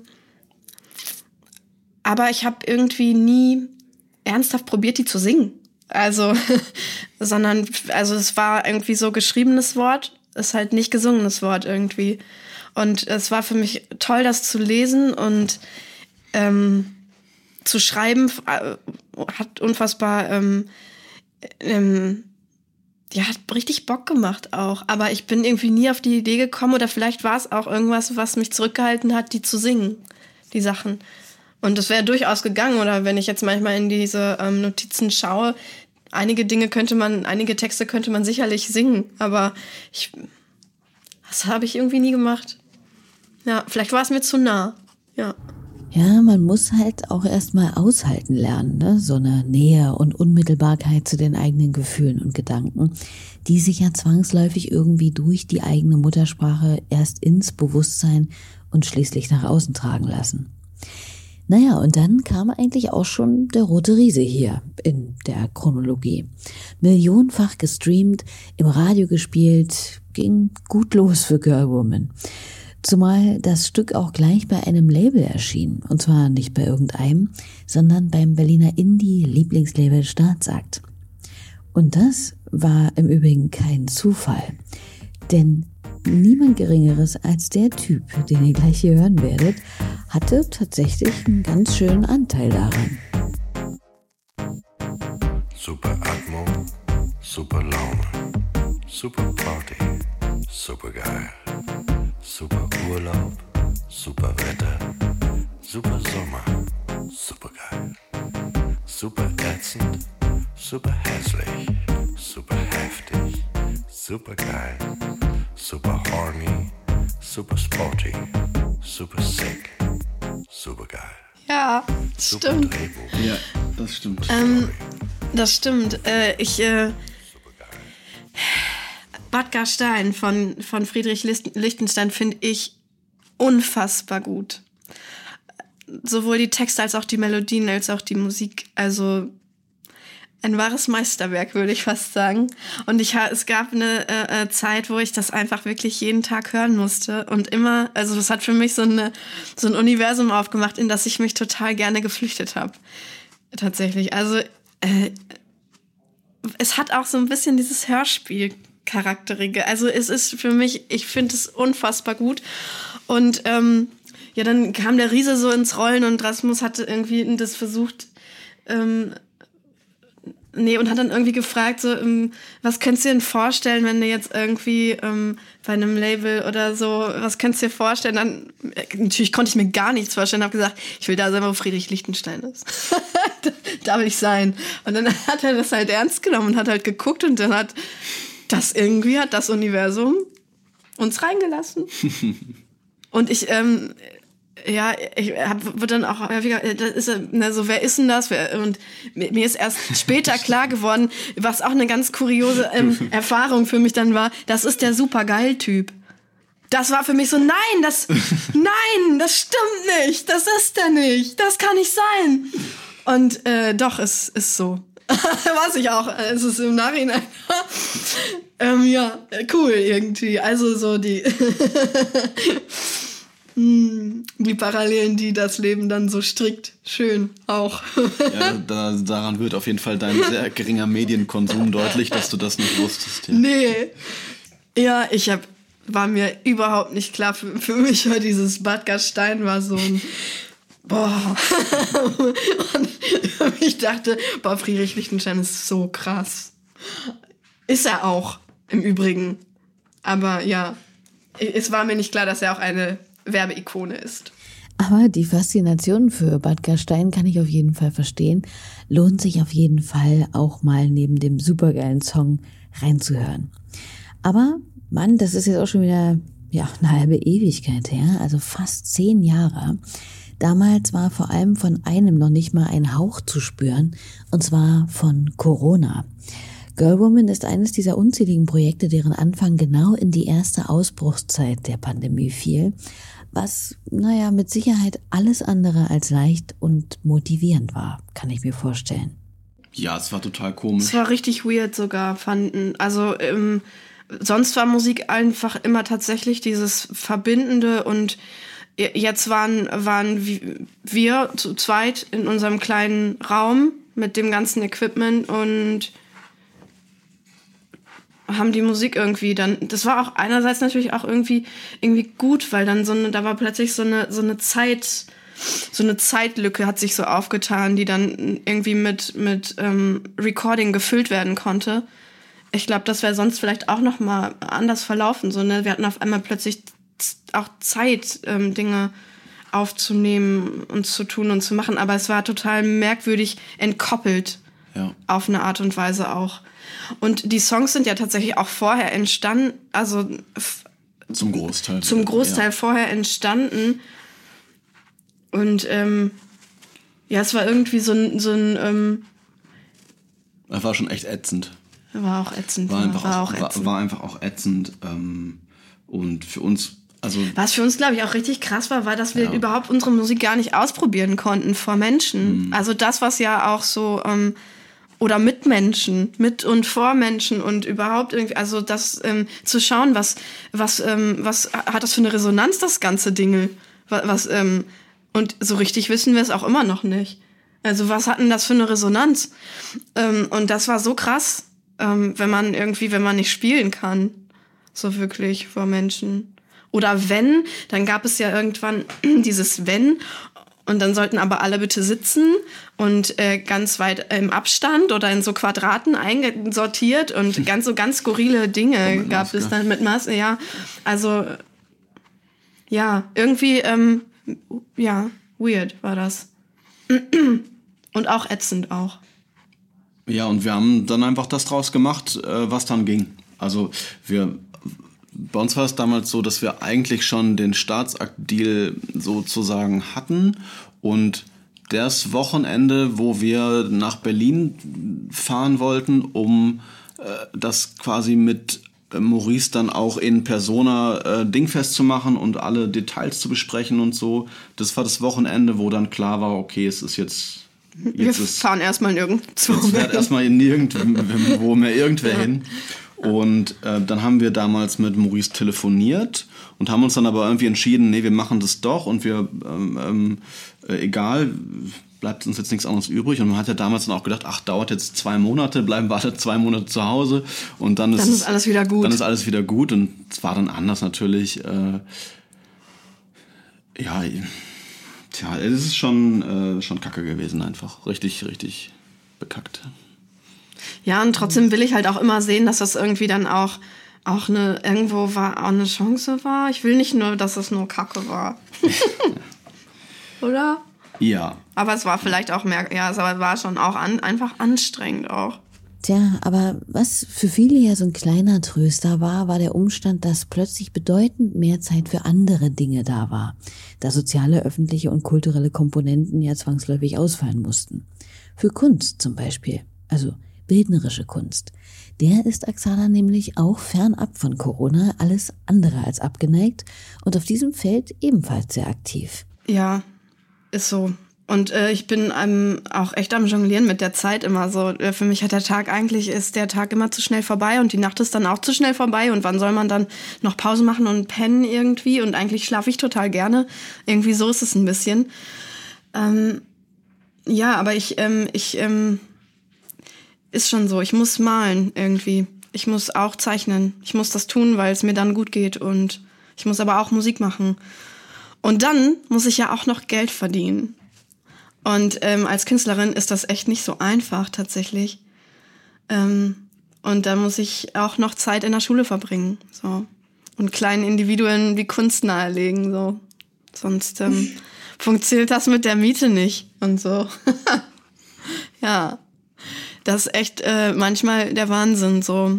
aber ich habe irgendwie nie ernsthaft probiert, die zu singen. Also, sondern, also es war irgendwie so geschriebenes Wort, ist halt nicht gesungenes Wort irgendwie. Und es war für mich toll, das zu lesen und ähm, zu schreiben, äh, hat unfassbar, ähm, ähm, ja, hat richtig Bock gemacht auch. Aber ich bin irgendwie nie auf die Idee gekommen, oder vielleicht war es auch irgendwas, was mich zurückgehalten hat, die zu singen, die Sachen. Und das wäre durchaus gegangen, oder wenn ich jetzt manchmal in diese ähm, Notizen schaue, einige Dinge könnte man, einige Texte könnte man sicherlich singen, aber ich, das habe ich irgendwie nie gemacht. Ja, vielleicht war es mir zu nah, ja. Ja, man muss halt auch erstmal aushalten lernen, ne? So eine Nähe und Unmittelbarkeit zu den eigenen Gefühlen und Gedanken, die sich ja zwangsläufig irgendwie durch die eigene Muttersprache erst ins Bewusstsein und schließlich nach außen tragen lassen. Naja, und dann kam eigentlich auch schon der Rote Riese hier in der Chronologie. Millionenfach gestreamt, im Radio gespielt, ging gut los für Girlwoman. Zumal das Stück auch gleich bei einem Label erschien. Und zwar nicht bei irgendeinem, sondern beim Berliner Indie-Lieblingslabel Staatsakt. Und das war im Übrigen kein Zufall. Denn niemand Geringeres als der Typ, den ihr gleich hier hören werdet, hatte tatsächlich einen ganz schönen Anteil daran. Super Atmo, super Laune, super Party, super geil. Super Urlaub, super Wetter, super Sommer, super geil. Super ätzend, super hässlich, super heftig, super geil. Super horny, super sporty, super sick, super geil. Ja, Super stimmt. Drehbuch. Ja, das stimmt. Ähm, das stimmt. Äh, ich, äh, Bad Gastein von, von Friedrich Lichtenstein finde ich unfassbar gut. Sowohl die Texte als auch die Melodien, als auch die Musik. Also ein wahres Meisterwerk, würde ich fast sagen. Und ich, es gab eine äh, Zeit, wo ich das einfach wirklich jeden Tag hören musste. Und immer, also das hat für mich so, eine, so ein Universum aufgemacht, in das ich mich total gerne geflüchtet habe. Tatsächlich. Also äh, es hat auch so ein bisschen dieses Hörspiel Charakterige. Also es ist für mich, ich finde es unfassbar gut. Und ähm, ja, dann kam der Riese so ins Rollen und Rasmus hatte irgendwie das versucht, ähm, nee, und hat dann irgendwie gefragt, so, ähm, was könntest du dir denn vorstellen, wenn du jetzt irgendwie ähm, bei einem Label oder so, was könntest du dir vorstellen? Dann, äh, natürlich konnte ich mir gar nichts vorstellen, habe gesagt, ich will da sein, wo Friedrich Lichtenstein ist. da, da will ich sein. Und dann hat er das halt ernst genommen und hat halt geguckt und dann hat das irgendwie hat das Universum uns reingelassen. Und ich, ähm, ja, ich hab, wird dann auch häufiger, das ist, na, so, wer ist denn das? Wer, und mir ist erst später klar geworden, was auch eine ganz kuriose ähm, Erfahrung für mich dann war, das ist der Supergeil-Typ. Das war für mich so, nein, das, nein, das stimmt nicht, das ist der nicht, das kann nicht sein. Und äh, doch, es ist so. Was ich auch, es ist im Nachhinein, ähm, ja, cool irgendwie. Also so die, die Parallelen, die das Leben dann so strickt, schön auch. Ja, da, daran wird auf jeden Fall dein sehr geringer Medienkonsum deutlich, dass du das nicht wusstest. Ja. Nee, ja, ich hab, war mir überhaupt nicht klar, für, für mich war dieses Bad Gastein war so ein boah. Und ich dachte, boah, Friedrich Lichtenstein ist so krass. Ist er auch, im Übrigen. Aber ja, es war mir nicht klar, dass er auch eine Werbeikone ist. Aber die Faszination für Bad Gastein kann ich auf jeden Fall verstehen. Lohnt sich auf jeden Fall auch mal neben dem supergeilen Song reinzuhören. Aber, Mann, das ist jetzt auch schon wieder ja, eine halbe Ewigkeit her, also fast zehn Jahre. Damals war vor allem von einem noch nicht mal ein Hauch zu spüren, und zwar von Corona. Girlwoman ist eines dieser unzähligen Projekte, deren Anfang genau in die erste Ausbruchszeit der Pandemie fiel, was, naja, mit Sicherheit alles andere als leicht und motivierend war, kann ich mir vorstellen. Ja, es war total komisch. Es war richtig weird sogar, fanden. Also ähm, sonst war Musik einfach immer tatsächlich dieses Verbindende und jetzt waren, waren wir zu zweit in unserem kleinen Raum mit dem ganzen Equipment und haben die Musik irgendwie dann, das war auch einerseits natürlich auch irgendwie, irgendwie gut, weil dann so eine, da war plötzlich so eine, so eine Zeit, so eine Zeitlücke hat sich so aufgetan, die dann irgendwie mit, mit ähm, Recording gefüllt werden konnte. Ich glaube, das wäre sonst vielleicht auch noch mal anders verlaufen. So, ne? Wir hatten auf einmal plötzlich auch Zeit, ähm, Dinge aufzunehmen und zu tun und zu machen. Aber es war total merkwürdig entkoppelt. Ja. Auf eine Art und Weise auch. Und die Songs sind ja tatsächlich auch vorher entstanden, also f- zum Großteil. Zum Großteil ja. vorher entstanden. Und ähm, ja, es war irgendwie so ein, so ein ähm, das war schon echt ätzend. War auch ätzend. War einfach, war auch, auch ätzend. War, war einfach auch ätzend. Ähm, und für uns, also. Was für uns, glaube ich, auch richtig krass war, war, dass wir ja. überhaupt unsere Musik gar nicht ausprobieren konnten vor Menschen. Mhm. Also das, was ja auch so, ähm, oder mit Menschen, mit und vor Menschen und überhaupt irgendwie, also das ähm, zu schauen, was, was, ähm, was hat das für eine Resonanz, das ganze Ding. Was, was ähm, und so richtig wissen wir es auch immer noch nicht. Also was hat denn das für eine Resonanz? Ähm, und das war so krass, ähm, wenn man irgendwie, wenn man nicht spielen kann, so wirklich vor Menschen. Oder wenn, dann gab es ja irgendwann dieses Wenn und dann sollten aber alle bitte sitzen und äh, ganz weit im Abstand oder in so Quadraten eingesortiert und ganz so ganz skurrile Dinge oh, gab Maske. Es dann mit Maske, ja. Also ja, irgendwie ähm, ja, weird war das. Und auch ätzend auch. Ja, und wir haben dann einfach das draus gemacht, was dann ging. Also wir, bei uns war es damals so, dass wir eigentlich schon den Staatsakt-Deal sozusagen hatten und das Wochenende, wo wir nach Berlin fahren wollten, um äh, das quasi mit Maurice dann auch in Persona äh, dingfest zu machen und alle Details zu besprechen und so. Das war das Wochenende, wo dann klar war, okay, es ist jetzt... jetzt wir ist, fahren erstmal nirgendwo mehr. Es fährt erstmal nirgendwo mehr irgendwer hin. Und äh, dann haben wir damals mit Maurice telefoniert und haben uns dann aber irgendwie entschieden, nee, wir machen das doch und wir, ähm, ähm, äh, egal, bleibt uns jetzt nichts anderes übrig. Und man hat ja damals dann auch gedacht, ach, dauert jetzt zwei Monate, bleiben wir alle zwei Monate zu Hause und dann ist, dann ist alles wieder gut. Dann ist alles wieder gut und es war dann anders natürlich. Äh, ja, tja, es ist schon, äh, schon kacke gewesen einfach. Richtig, richtig bekackt. Ja, und trotzdem will ich halt auch immer sehen, dass das irgendwie dann auch, auch eine, irgendwo war, auch eine Chance war. Ich will nicht nur, dass es nur Kacke war. Oder? Ja. Aber es war vielleicht auch mehr, ja, es war schon auch an, einfach anstrengend auch. Tja, aber was für viele ja so ein kleiner Tröster war, war der Umstand, dass plötzlich bedeutend mehr Zeit für andere Dinge da war, da soziale, öffentliche und kulturelle Komponenten ja zwangsläufig ausfallen mussten. Für Kunst zum Beispiel, also bildnerische Kunst. Der ist Axana nämlich auch fernab von Corona alles andere als abgeneigt und auf diesem Feld ebenfalls sehr aktiv. Ja, ist so. Und äh, ich bin ähm, auch echt am Jonglieren mit der Zeit immer so. Äh, für mich hat der Tag eigentlich, ist der Tag immer zu schnell vorbei und die Nacht ist dann auch zu schnell vorbei. Und wann soll man dann noch Pause machen und pennen irgendwie? Und eigentlich schlafe ich total gerne. Irgendwie so ist es ein bisschen. Ähm, ja, aber ich, ähm, ich, ähm, ist schon so. Ich muss malen irgendwie. Ich muss auch zeichnen. Ich muss das tun, weil es mir dann gut geht. Und ich muss aber auch Musik machen. Und dann muss ich ja auch noch Geld verdienen. Und ähm, als Künstlerin ist das echt nicht so einfach tatsächlich. Ähm, und da muss ich auch noch Zeit in der Schule verbringen. So. Und kleinen Individuen wie Kunst nahelegen. So. Sonst ähm, funktioniert das mit der Miete nicht. Und so. Ja. Das ist echt äh, manchmal der Wahnsinn, so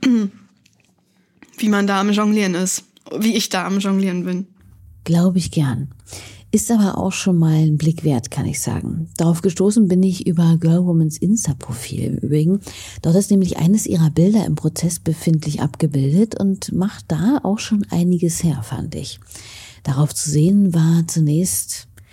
wie man da am Jonglieren ist. Wie ich da am Jonglieren bin. Glaube ich gern. Ist aber auch schon mal ein Blick wert, kann ich sagen. Darauf gestoßen bin ich über Girlwomans Insta-Profil im Übrigen. Dort ist nämlich eines ihrer Bilder im Prozess befindlich abgebildet und macht da auch schon einiges her, fand ich. Darauf zu sehen war zunächst,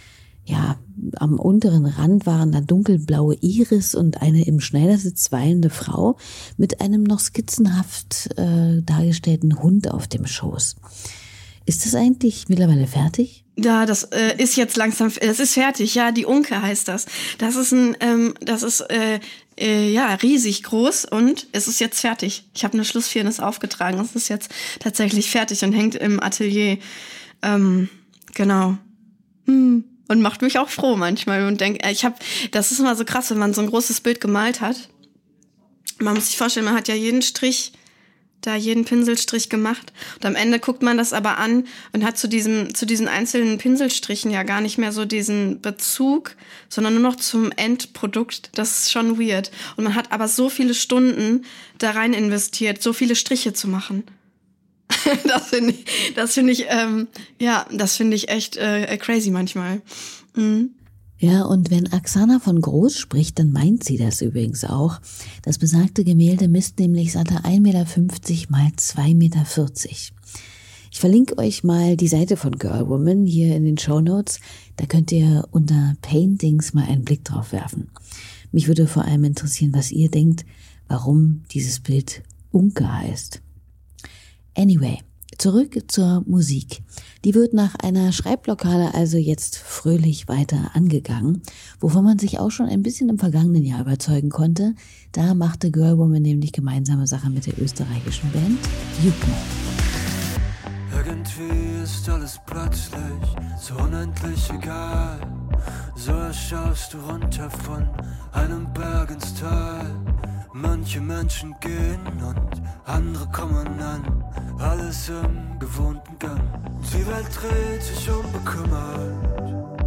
ja, am unteren Rand waren da dunkelblaue Iris und eine im Schneidersitz weilende Frau mit einem noch skizzenhaft äh, dargestellten Hund auf dem Schoß. Ist das eigentlich mittlerweile fertig? Ja, das äh, ist jetzt langsam, das ist fertig, ja, die Unke heißt das. Das ist ein, ähm, das ist, äh, äh, ja, riesig groß und es ist jetzt fertig. Ich habe eine Schlussviernis aufgetragen, es ist jetzt tatsächlich fertig und hängt im Atelier. Ähm, genau. Hm. Und macht mich auch froh manchmal und denke, ich habe, das ist immer so krass, wenn man so ein großes Bild gemalt hat. Man muss sich vorstellen, man hat ja jeden Strich, da jeden Pinselstrich gemacht und am Ende guckt man das aber an und hat zu diesem, zu diesen einzelnen Pinselstrichen ja gar nicht mehr so diesen Bezug, sondern nur noch zum Endprodukt. Das ist schon weird. Und man hat aber so viele Stunden da rein investiert, so viele Striche zu machen. Das finde ich, das finde ich, ähm, ja, das finde ich echt äh, crazy manchmal. Mhm. Ja, und wenn Oksana von Groß spricht, dann meint sie das übrigens auch. Das besagte Gemälde misst nämlich satte ein Meter fünfzig mal zwei Meter vierzig. Ich verlinke euch mal die Seite von Girlwoman hier in den Shownotes. Da könnt ihr unter Paintings mal einen Blick drauf werfen. Mich würde vor allem interessieren, was ihr denkt, warum dieses Bild Unke heißt. Anyway, zurück zur Musik. Die wird nach einer Schreibblockade also jetzt fröhlich weiter angegangen, wovon man sich auch schon ein bisschen im vergangenen Jahr überzeugen konnte. Da machte Girlwoman nämlich gemeinsame Sache mit der österreichischen Band Jucken. Irgendwie ist alles plötzlich so unendlich egal. So schaust du runter von einem Berg ins Tal. Manche Menschen gehen und andere kommen an. Alles im gewohnten Gang. Die Welt dreht sich unbekümmert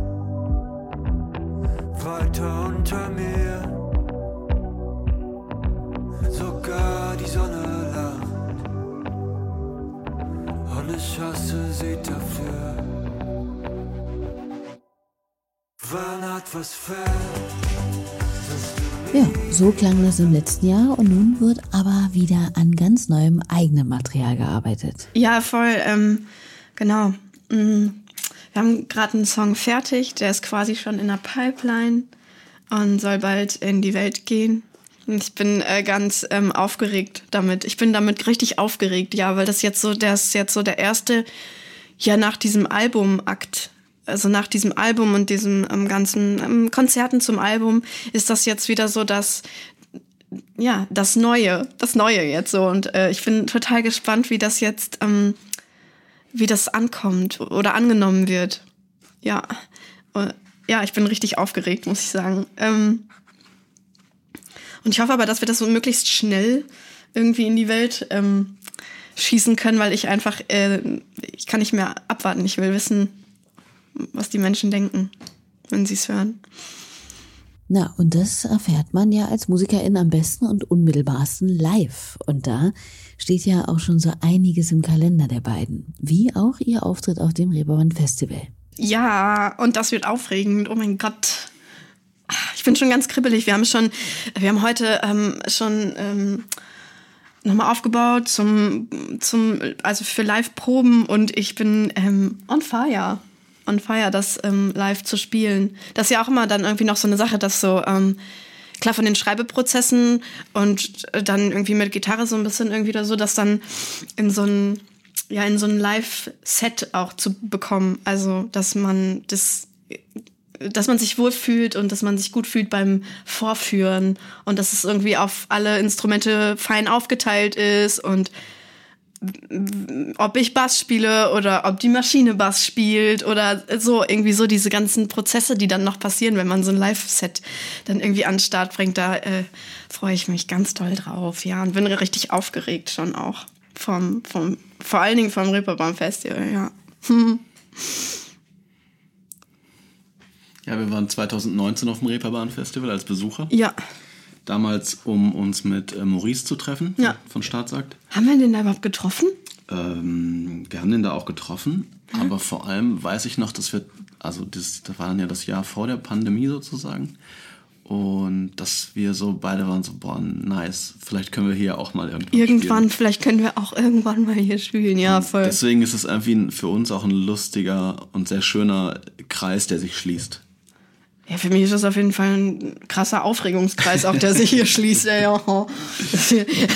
weiter unter mir. Sogar die Sonne lacht und ich hasse sie dafür. Wann etwas fällt, Ja, so klang das im letzten Jahr und nun wird aber wieder an ganz neuem eigenem Material gearbeitet. Ja, voll, ähm, genau. Wir haben gerade einen Song fertig, der ist quasi schon in der Pipeline und soll bald in die Welt gehen. Und ich bin äh, ganz ähm, aufgeregt damit. Ich bin damit richtig aufgeregt, ja, weil das jetzt so, der ist jetzt so der erste, ja, nach diesem Albumakt. Also nach diesem Album und diesem ähm, ganzen ähm, Konzerten zum Album ist das jetzt wieder so das, ja, das Neue, das Neue jetzt so. Und äh, ich bin total gespannt, wie das jetzt, ähm, wie das ankommt oder angenommen wird. Ja, äh, ja, ich bin richtig aufgeregt, muss ich sagen. Ähm, und ich hoffe aber, dass wir das so möglichst schnell irgendwie in die Welt ähm, schießen können, weil ich einfach, äh, ich kann nicht mehr abwarten. Ich will wissen, was die Menschen denken, wenn sie es hören. Na, und das erfährt man ja als Musikerin am besten und unmittelbarsten live. Und da steht ja auch schon so einiges im Kalender der beiden. Wie auch ihr Auftritt auf dem Reeperbahn Festival. Ja, und das wird aufregend. Oh mein Gott. Ich bin schon ganz kribbelig. Wir haben schon, wir haben heute ähm, schon ähm, nochmal aufgebaut zum, zum, also für Live-Proben und ich bin ähm, on fire. on fire, das ähm, live zu spielen. Das ist ja auch immer dann irgendwie noch so eine Sache, dass so, ähm, klar von den Schreibeprozessen und dann irgendwie mit Gitarre so ein bisschen irgendwie da so, dass dann in so ein, ja, in so ein Live-Set auch zu bekommen. Also, dass man das, dass man sich wohlfühlt und dass man sich gut fühlt beim Vorführen und dass es irgendwie auf alle Instrumente fein aufgeteilt ist und ob ich Bass spiele oder ob die Maschine Bass spielt oder so, irgendwie so diese ganzen Prozesse, die dann noch passieren, wenn man so ein Live-Set dann irgendwie an den Start bringt, da äh, freue ich mich ganz doll drauf, ja, und bin richtig aufgeregt schon auch vom, vom vor allen Dingen vom Reeperbahn Festival, ja. Ja, wir waren zwanzig neunzehn auf dem Reeperbahn Festival als Besucher. Ja. Damals, um uns mit äh, Maurice zu treffen, ja. von Staatsakt. Haben wir den da überhaupt getroffen? Ähm, wir haben den da auch getroffen, mhm. aber vor allem weiß ich noch, dass wir, also das, das war dann ja das Jahr vor der Pandemie sozusagen, und dass wir so beide waren so, boah, nice, vielleicht können wir hier auch mal irgendwann Irgendwann, spielen. Vielleicht können wir auch irgendwann mal hier spielen, ja, voll. Deswegen ist es irgendwie für uns auch ein lustiger und sehr schöner Kreis, der sich schließt. Ja, für mich ist das auf jeden Fall ein krasser Aufregungskreis, auch der sich hier schließt. Ey, oh. Das,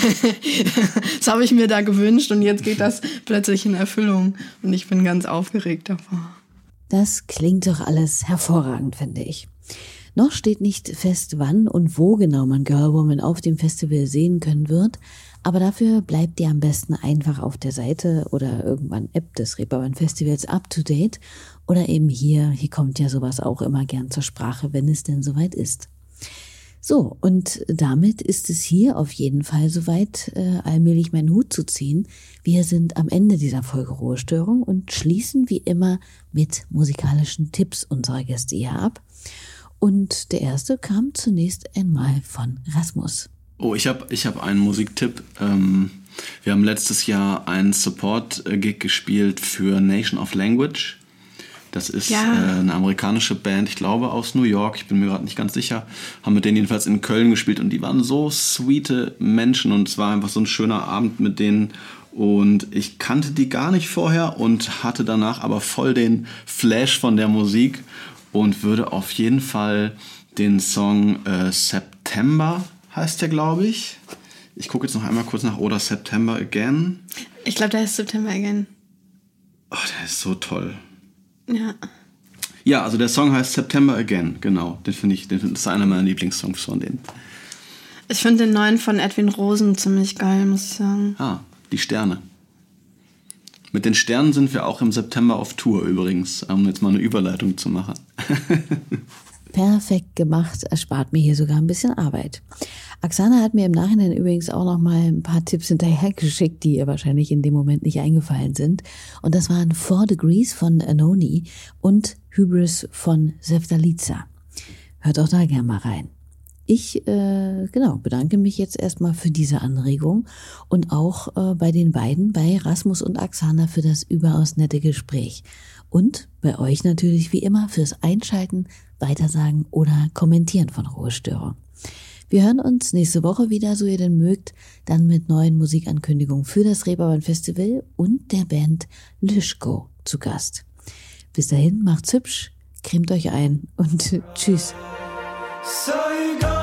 das habe ich mir da gewünscht und jetzt geht das plötzlich in Erfüllung und ich bin ganz aufgeregt davor. Das klingt doch alles hervorragend, finde ich. Noch steht nicht fest, wann und wo genau man Girlwoman auf dem Festival sehen können wird, aber dafür bleibt ihr am besten einfach auf der Seite oder irgendwann App des Reeperbahn Festivals up to date oder eben hier, hier kommt ja sowas auch immer gern zur Sprache, wenn es denn soweit ist. So, und damit ist es hier auf jeden Fall soweit, äh, allmählich meinen Hut zu ziehen. Wir sind am Ende dieser Folge Ruhestörung und schließen wie immer mit musikalischen Tipps unserer Gäste hier ab. Und der erste kam zunächst einmal von Rasmus. Oh, ich habe ich hab einen Musiktipp. Ähm, wir haben letztes Jahr einen Support-Gig gespielt für Nation of Language. Das ist ja. äh, eine amerikanische Band, ich glaube aus New York, ich bin mir gerade nicht ganz sicher. Haben mit denen jedenfalls in Köln gespielt und die waren so sweete Menschen und es war einfach so ein schöner Abend mit denen. Und ich kannte die gar nicht vorher und hatte danach aber voll den Flash von der Musik und würde auf jeden Fall den Song äh, September, heißt der, glaube ich. Ich gucke jetzt noch einmal kurz nach, oder September Again. Ich glaube, der heißt September Again. Oh, der ist so toll. Ja. Ja, also der Song heißt September Again, genau. Den finde ich, den find, das ist einer meiner Lieblingssongs von denen. Ich finde den neuen von Edwin Rosen ziemlich geil, muss ich sagen. Ah, die Sterne. Mit den Sternen sind wir auch im September auf Tour übrigens, um jetzt mal eine Überleitung zu machen. Perfekt gemacht, erspart mir hier sogar ein bisschen Arbeit. Oksana hat mir im Nachhinein übrigens auch noch mal ein paar Tipps hinterhergeschickt, die ihr wahrscheinlich in dem Moment nicht eingefallen sind. Und das waren Four Degrees von Anoni und Hybris von Sevdaliza. Hört auch da gerne mal rein. Ich äh, genau bedanke mich jetzt erstmal für diese Anregung und auch äh, bei den beiden, bei Rasmus und Oksana, für das überaus nette Gespräch. Und bei euch natürlich wie immer fürs Einschalten, Weitersagen oder Kommentieren von Ruhestörung. Wir hören uns nächste Woche wieder, so ihr denn mögt, dann mit neuen Musikankündigungen für das Reeperbahn Festival und der Band Lischko zu Gast. Bis dahin, macht's hübsch, cremt euch ein und tschüss. Saigon.